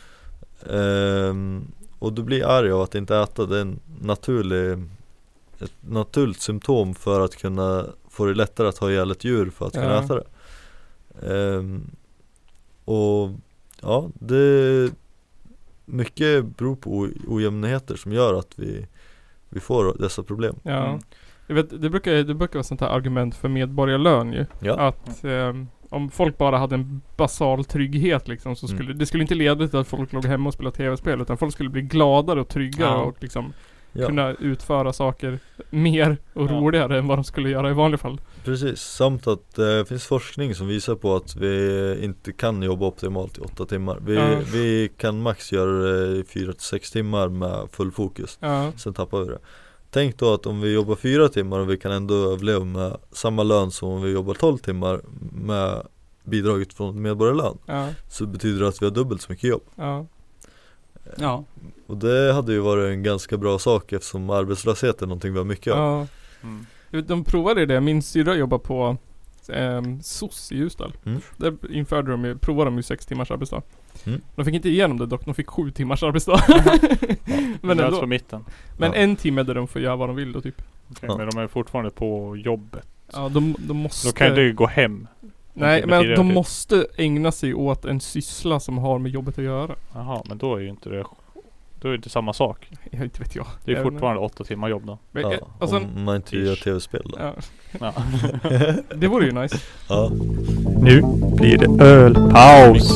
Ehm, och du blir arg av att inte äta. Det är en naturlig, ett naturligt symptom för att kunna få det lättare att ha ihjäl ett djur för att kunna Ja. äta det. Ehm, och ja, det mycket beror på o- ojämnheter som gör att vi, vi får dessa problem. Ja. Mm. Jag vet, det, brukar, det brukar vara sånt här argument för medborgarlön ju. Ja. Att ehm, om folk bara hade en basal trygghet liksom, så skulle Mm. det skulle inte leda till att folk låg hemma och spelade tv-spel, utan folk skulle bli gladare och tryggare Ja. och liksom Ja, kunna utföra saker mer och Ja. roligare än vad de skulle göra i vanliga fall. precis. Samt att det eh, finns forskning som visar på att vi inte kan jobba optimalt i åtta timmar. Vi, Ja. vi kan max göra det i fyra till sex timmar med full fokus. Ja. Sen tappar vi det. Tänk då att om vi jobbar fyra timmar och vi kan ändå överleva med samma lön som om vi jobbar tolv timmar med bidraget från medborgarlön, Ja. så betyder det att vi har dubbelt så mycket jobb. Ja. Ja. Och det hade ju varit en ganska bra sak eftersom arbetslöshet är någonting vi har mycket av. Ja. Mm. Jag vet, de provade det. Min syrra jobbar på ehm, S O S i Ljusdal. Mm. Där införde de ju, provade de ju sex timmars arbetsdag. Mm. De fick inte igenom det dock, de fick sju timmars arbetsdag. men Möts ändå. på mitten. Men Ja. en timme där de får göra vad de vill då typ. Okej, Ja. Men de är fortfarande på jobbet. Ja, de, de måste... Då kan ju inte gå hem. Nej, Okej, men betyder de det- måste ägna sig åt en syssla som har med jobbet att göra. Jaha, men då är ju inte det då är det inte samma sak. Jag inte vet jag. Det är Jag vet fortfarande åtta timmar jobb då. Men, Ja, eh, och sen, om man inte gör tv-spel då. ja, Ja. det vore ju nice. Ja. Nu blir det ölpaus.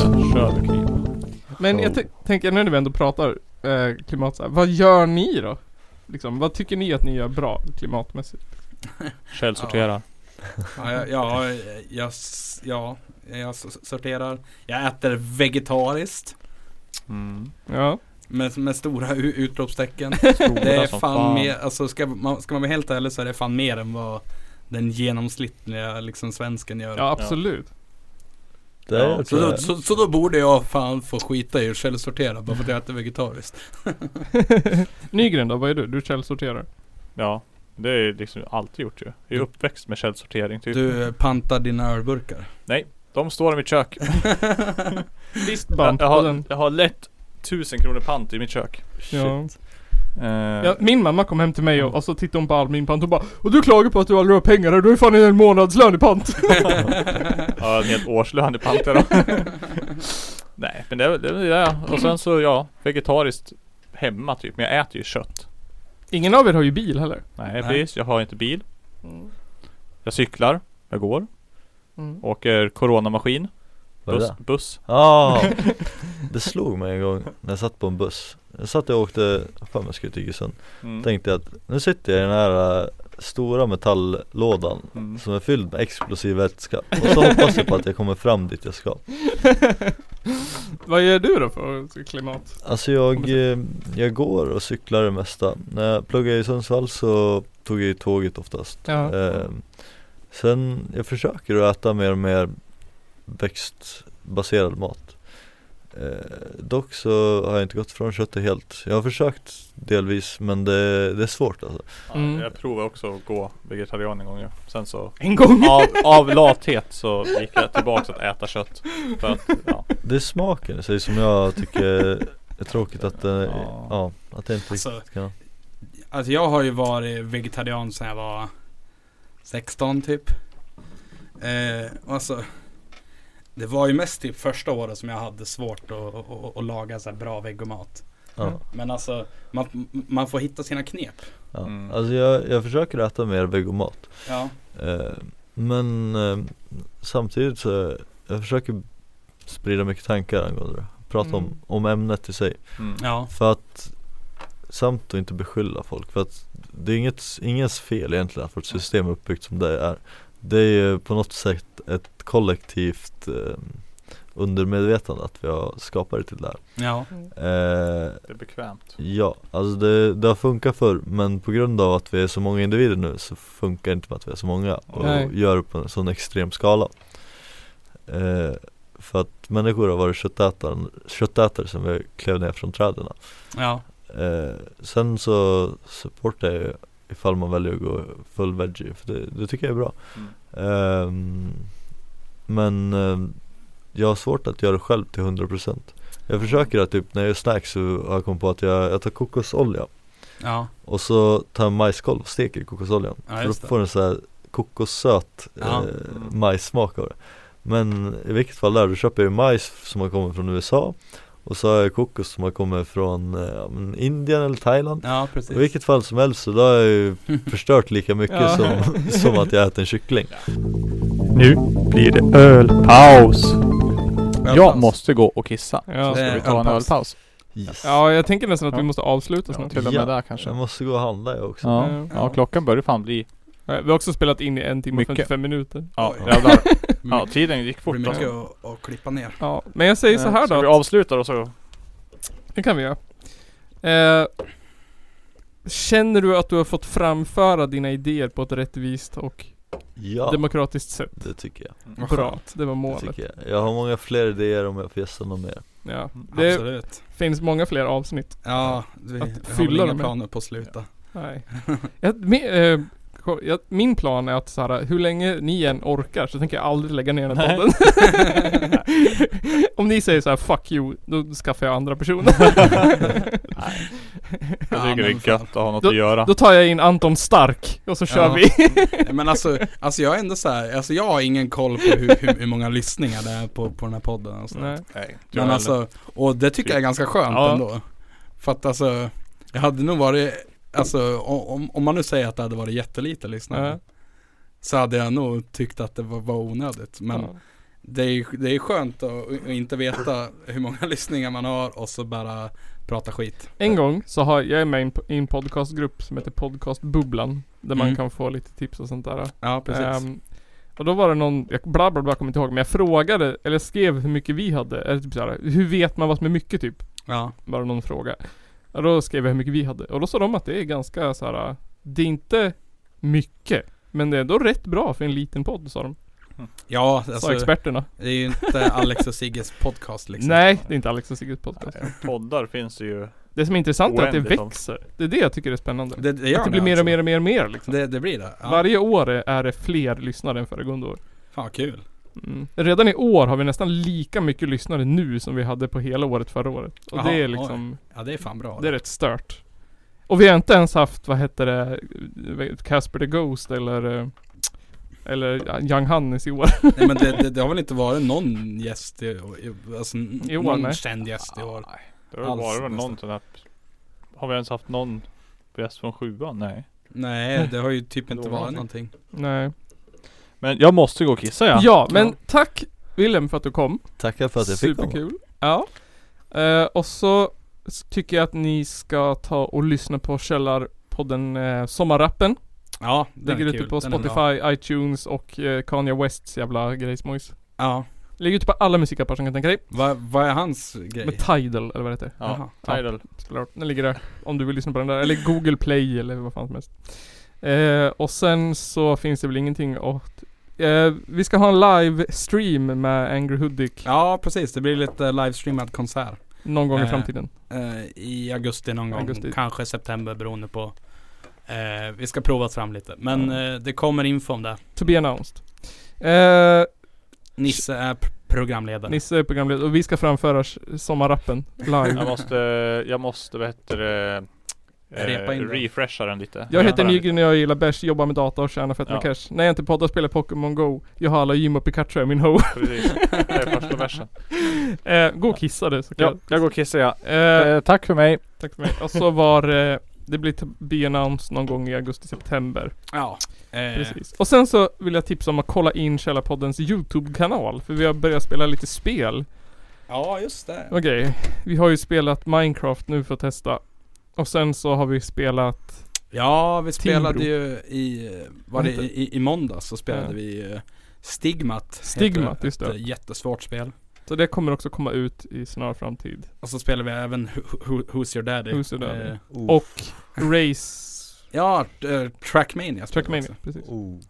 Men Ja. jag t- tänker nu när vi ändå pratar eh, klimat så här, vad gör ni då? Liksom, vad tycker ni att ni gör bra klimatmässigt? Källsortera. Ja, jag, ja, jag, s- ja, jag s- sorterar. Jag äter vegetariskt Mm. Ja. med, med stora u- utropstecken. Stora Det är som fan, fan. mer, alltså ska man, ska man vara helt ärlig så är det fan mer än vad den genomsnittliga liksom svensken gör. Ja, absolut. Det är Ja, jag Så tror då, jag. så, så då borde jag fan få skita i och källsortera bara för att jag äter vegetariskt. Nygren då, vad är du? Du källsorterar. Ja, det är liksom alltid gjort ju. Jag är uppväxt med källsortering typ. Du pantar dina ölburkar. De står i mitt kök. Visst Jag, band jag, på har, den. jag har lätt tusen kronor pant i mitt kök. Ja. Eh, Ja, min mamma kom hem till mig och, och så tittade hon på all min pant och bara och du klagar på att du aldrig har pengar och du är fan en månadslön i pant. Ja, en helt årslön i panter då. Nej, men det är det, är det. Och sen så ja, vegetariskt hemma typ. Men jag äter ju kött. Ingen av er har ju bil heller. Nej, Nej. precis. Jag har inte bil. Jag cyklar. Jag går. Mm. Åker coronamaskin. Vad är Buss. det? buss. Ja, det slog mig en gång när jag satt på en buss. Jag satt och åkte, fan jag skulle till Iggesund. Mm. Tänkte jag att nu sitter jag i den här äh, stora metalllådan Mm. som är fylld med explosiv vätska. Och så hoppas jag på att jag kommer fram dit jag ska. Vad gör du då för klimat? Alltså jag, eh, jag går och cyklar det mesta. När jag pluggade i Sundsvall så tog jag tåget oftast. Ja. Eh, sen jag försöker att äta mer och mer växtbaserad mat. Eh, dock så har jag inte gått från köttet helt. Jag har försökt delvis men det, det är svårt alltså. Mm. Ja, jag provade också att gå vegetarian en gång ja. Sen så En gång? av, av lathet så gick jag tillbaka att äta kött. För att, ja. Det är smaken i sig som jag tycker är tråkigt att det, Ja. ja, att det inte Alltså, riktigt kan. Alltså jag har ju varit vegetarian sedan jag var sexton typ. Eh, och alltså det var ju mest typ första året som jag hade svårt att, att, att, att laga så här bra vegomat. Ja. Men alltså man, man får hitta sina knep. Ja. Mm. Alltså jag, jag försöker äta mer vegomat. Ja. Eh, men eh, samtidigt så jag försöker sprida mycket tankar angående det. Prata Mm. om, om ämnet i sig. Mm. Ja. För att samt att inte beskylla folk. För att det är inget, ingens fel egentligen att vårt system är uppbyggt som det är. Det är ju på något sätt ett kollektivt eh, undermedvetande att vi har skapat det till det här. Ja. Eh, Det är bekvämt. ja, alltså det, det har funkat förr. Men på grund av att vi är så många individer nu så funkar det inte med att vi är så många. Och Nej. gör det på en sån extrem skala. Eh, för att människor har varit köttätare, köttätare som vi klev ner från träden. Ja. Eh, sen så supportar jag ifall man väljer att gå full veggie. För det, det tycker jag är bra. Mm. Ehm, men ehm, jag har svårt att göra det själv till hundra procent. Jag försöker att typ när jag gör snacks så har jag kommit på att jag, jag tar kokosolja. Ja. Och så tar jag majskolv och steker i kokosoljan. Ja, för då just det. får en så här kokossöt Ja. eh, Mm. majssmak av det. Men i vilket fall där, då köper jag majs som har kommit från U S A. Och så har jag kokos som har kommit från eh, men Indien eller Thailand. Ja, precis. I vilket fall som helst så då har jag ju förstört lika mycket Ja. som, som att jag äter en kyckling. Nu blir det ölpaus. Ölpaus. Jag måste gå och kissa. Ja. Så ska Det är vi ta en ölpaus. ölpaus. Yes. Ja, jag tänker nästan att vi Ja. måste avsluta snart. Till och med där kanske. Jag måste gå och handla jag också. Ja, Ja. ja, klockan börjar fan bli. Ja, vi har också spelat in i en timme och Mycket. femtiofem minuter. Ja, Oj. jävlar. Ja, Ja, tiden gick det fort. blir mycket Alltså. att, att klippa ner. Ja, men jag säger så här Ska vi då. avslutar och så. Det kan vi göra. Eh, känner du att du har fått framföra dina idéer på ett rättvist och Ja, demokratiskt sätt? det tycker jag. Vad Bra, skönt. det var det målet. tycker jag. Jag har många fler idéer om jag får gästa någon mer. Ja. Det Absolut. finns många fler avsnitt. Ja, vi, Att vi har fylla väl inga dem med. planer på att sluta. Nej. jag, min, eh, jag, min plan är att så här, hur länge ni än orkar så tänker jag aldrig lägga ner den här podden. Om ni säger så här fuck you, då skaffar jag andra personer. Jag tycker men det är fan. gött att ha något att göra. Då tar jag in Anton Stark och så kör Ja. vi. Men alltså, alltså jag är ändå så här, alltså jag har ingen koll på hur, hur, hur många lyssningar det är på, på den här podden och så. Nej. Nej, Men alltså, och det tycker jag är ganska skönt Ja. ändå. För att alltså, jag hade nog varit, alltså om, om man nu säger att det hade varit jättelite lyssnare. Ja. Så hade jag nog tyckt att det var, var onödigt. Men Ja. det är ju det är skönt att, att inte veta hur många lyssningar man har och så bara prata skit. En gång så har jag är med i en, i en podcastgrupp som heter Podcastbubblan. Där man Mm. kan få lite tips och sånt där. Ja, precis. Ehm, och då var det någon, jag bla bla bla kommer inte ihåg, men jag frågade, eller skrev hur mycket vi hade. Eller typ såhär, hur vet man vad som är mycket typ? ja. Bara någon fråga. Och då skrev jag hur mycket vi hade. Och då sa de att det är ganska så här. Det är inte mycket. Men det är ändå rätt bra för en liten podd, sa de. Ja, Sa alltså, experterna. det är ju inte Alex och Sigges podcast liksom. Nej, det är inte Alex och Sigges podcast. Poddar finns det ju. Det som är intressant är att det Oändligt om. växer. Det är det jag tycker är spännande. Det, det gör att det blir mer alltså. och mer och mer och mer liksom. Det, det blir det. Ja. Varje år är- är det fler lyssnare än föregående år. Fan vad kul. Mm. Redan i år har vi nästan lika mycket lyssnare nu som vi hade på hela året förra året. Och Jaha, det är liksom, Ja, det är fan bra. det är rätt stört. Och vi har inte ens haft, vad heter det, Casper the Ghost eller eh, eller Young Hannes i år. Nej men det, det, det har väl inte varit någon gäst i, i, alltså I år, någon nej. känd gäst i år. Det har Alls varit väl nästan. någon sån här. Har vi ens haft någon gäst från sjuan? Nej. Nej, det har ju typ inte Det var varit någonting. någonting. Nej. Men jag måste gå och kissa Ja, ja. men Ja. tack Willem för att du kom. Tackar för att jag fick komma. Superkul. Ja. Eh, och så s- tycker jag att ni ska ta och lyssna på Källarpodden eh, Sommarrappen. Ja, den Ligger är ute kul. på Den är bra. Spotify, iTunes och eh, Kanye Wests jävla grejsmojs. Ja. Ligger ute på alla musikappar som kan tänka dig. Vad vad är hans grej? Med Tidal eller vad det heter. Ja, Jaha. Tidal. Spelar roll. Den ligger där. Om du vill lyssna på den där. Eller Google Play eller vad fan som helst. Eh, och sen så finns det väl ingenting att... Eh, vi ska ha en livestream med Angry Hudik Ja, precis. Det blir lite livestreamad konsert. någon gång i Eh, framtiden. Eh, I augusti någon gång. Augusti. Kanske september beroende på. Eh, vi ska prova oss fram lite. Men eh, det kommer info om det. To be announced. Eh, Nisse är p- programledare. Nisse är programledare och vi ska framföra s- sommarrappen live. Jag måste, jag måste vad heter det, Repa in eh, då. refresha den lite. Jag heter Repa den Nygren och jag gillar bärs, jobbar med data och tjänar fett med Ja. cash. När jag inte poddar spelar Pokémon Go. Jag har alla Jim och Pikachu är min ho. lite. Precis. Det är första versen. eh, gå och kissa det så Ja, kan jag går och kissar ja. jag. Eh, Eh, tack för mig. tack för mig. Och så var eh, det blir to be announced någon gång i augusti-september. Ja. Eh, Precis. Och sen så vill jag tipsa om att kolla in Källarpoddens YouTube-kanal. För vi har börjat spela lite spel. Ja, just det. Okej, vi har ju spelat Minecraft nu för att testa. Och sen så har vi spelat... Ja, vi spelade Timbro. ju i, var det Vad heter i, i måndags så spelade Ja. vi eh, Stigmat. Stigmat, heter just det. Ett eh, jättesvårt spel. Så det kommer också komma ut i snar framtid. Och så spelade vi även Who, Who, Who's Your Daddy. Who's Your Daddy. Eh, Oh. Och Race... ja, uh, Trackmania. spelade vi Trackmania, också. precis. Oh.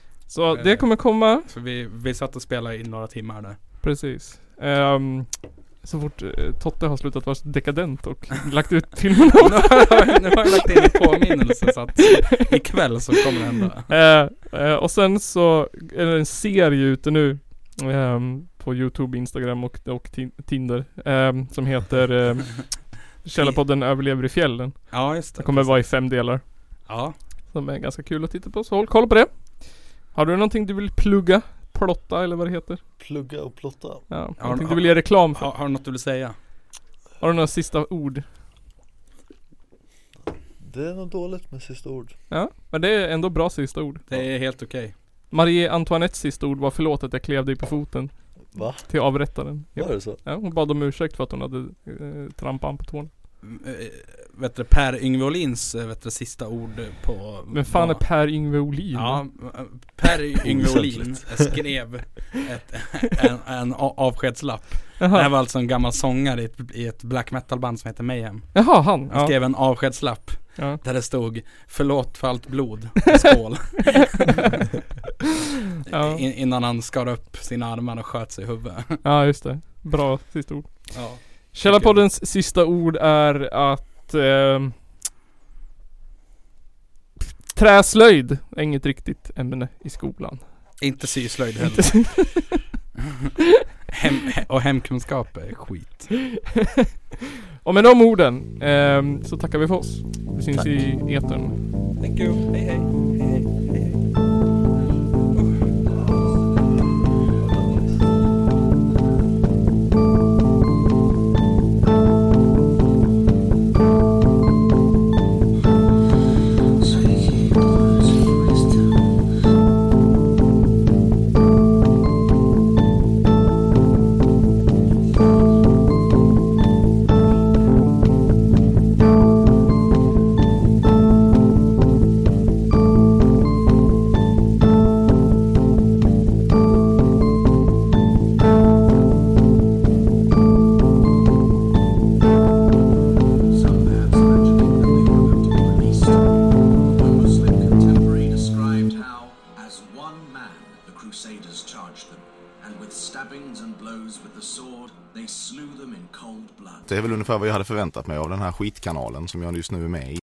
Så det kommer komma. Så vi, vi satt och spelade i några timmar där. Precis. Ehm, så fort uh, Totte har slutat vara så dekadent och lagt ut filmerna. nu, har jag, nu har jag lagt in en påminnelse så att ikväll så kommer det hända. Eh, eh, och sen så är det en serie ute nu ehm, på YouTube, Instagram och, och tin- Tinder ehm, som heter um, Källarpodden överlever i fjällen. Ja, just det. Det kommer vara i fem delar. Ja. Som är ganska kul att titta på, så håll koll på det. Har du någonting du vill plugga? Plotta eller vad det heter? Plugga och plotta. Ja, Har- någonting har- du vill ge reklam för? Har, har du något du vill säga? Har du några sista ord? Det är nog dåligt med sista ord. Ja, men det är ändå bra sista ord. Det är helt okej. Marie Antoinettes sista ord var förlåt att jag klev dig på foten Va? till avrättaren. Var det så? Ja, hon bad om ursäkt för att hon hade eh, trampat han på tån. Eh, vet du, Per Yngve Åhlins eh, vet du, sista ord på... Men fan är vad- Per Yngve Åhlin? Ja, eh, Per Yngve Åhlin Oväsentligt. skrev ett, en, en a- avskedslapp. Det Jaha, här var alltså en gammal sångare i ett, i ett black metal band som heter Mayhem. Jaha han. Han Ja. skrev en avskedslapp Ja. där det stod förlåt för allt blod, skål. Ja. In, innan han skar upp sina armar och sköt sig i huvudet. ja, just det. Bra sista ord. Ja. Källarpoddens sista ord är att ehm, träslöjd är inget riktigt ämne i skolan. Inte syslöjd heller. Hem, he, och hemkunskap är skit. Och med de orden ehm, så tackar vi för oss. Vi syns i etern. Thank you. Hej hej. Hej hej. Hej hej. crusaders charged them, and with stabbings and blows with the sword, they slew them in cold blood. Det är väl ungefär vad jag hade förväntat mig av den här skitkanalen som jag just nu är med i.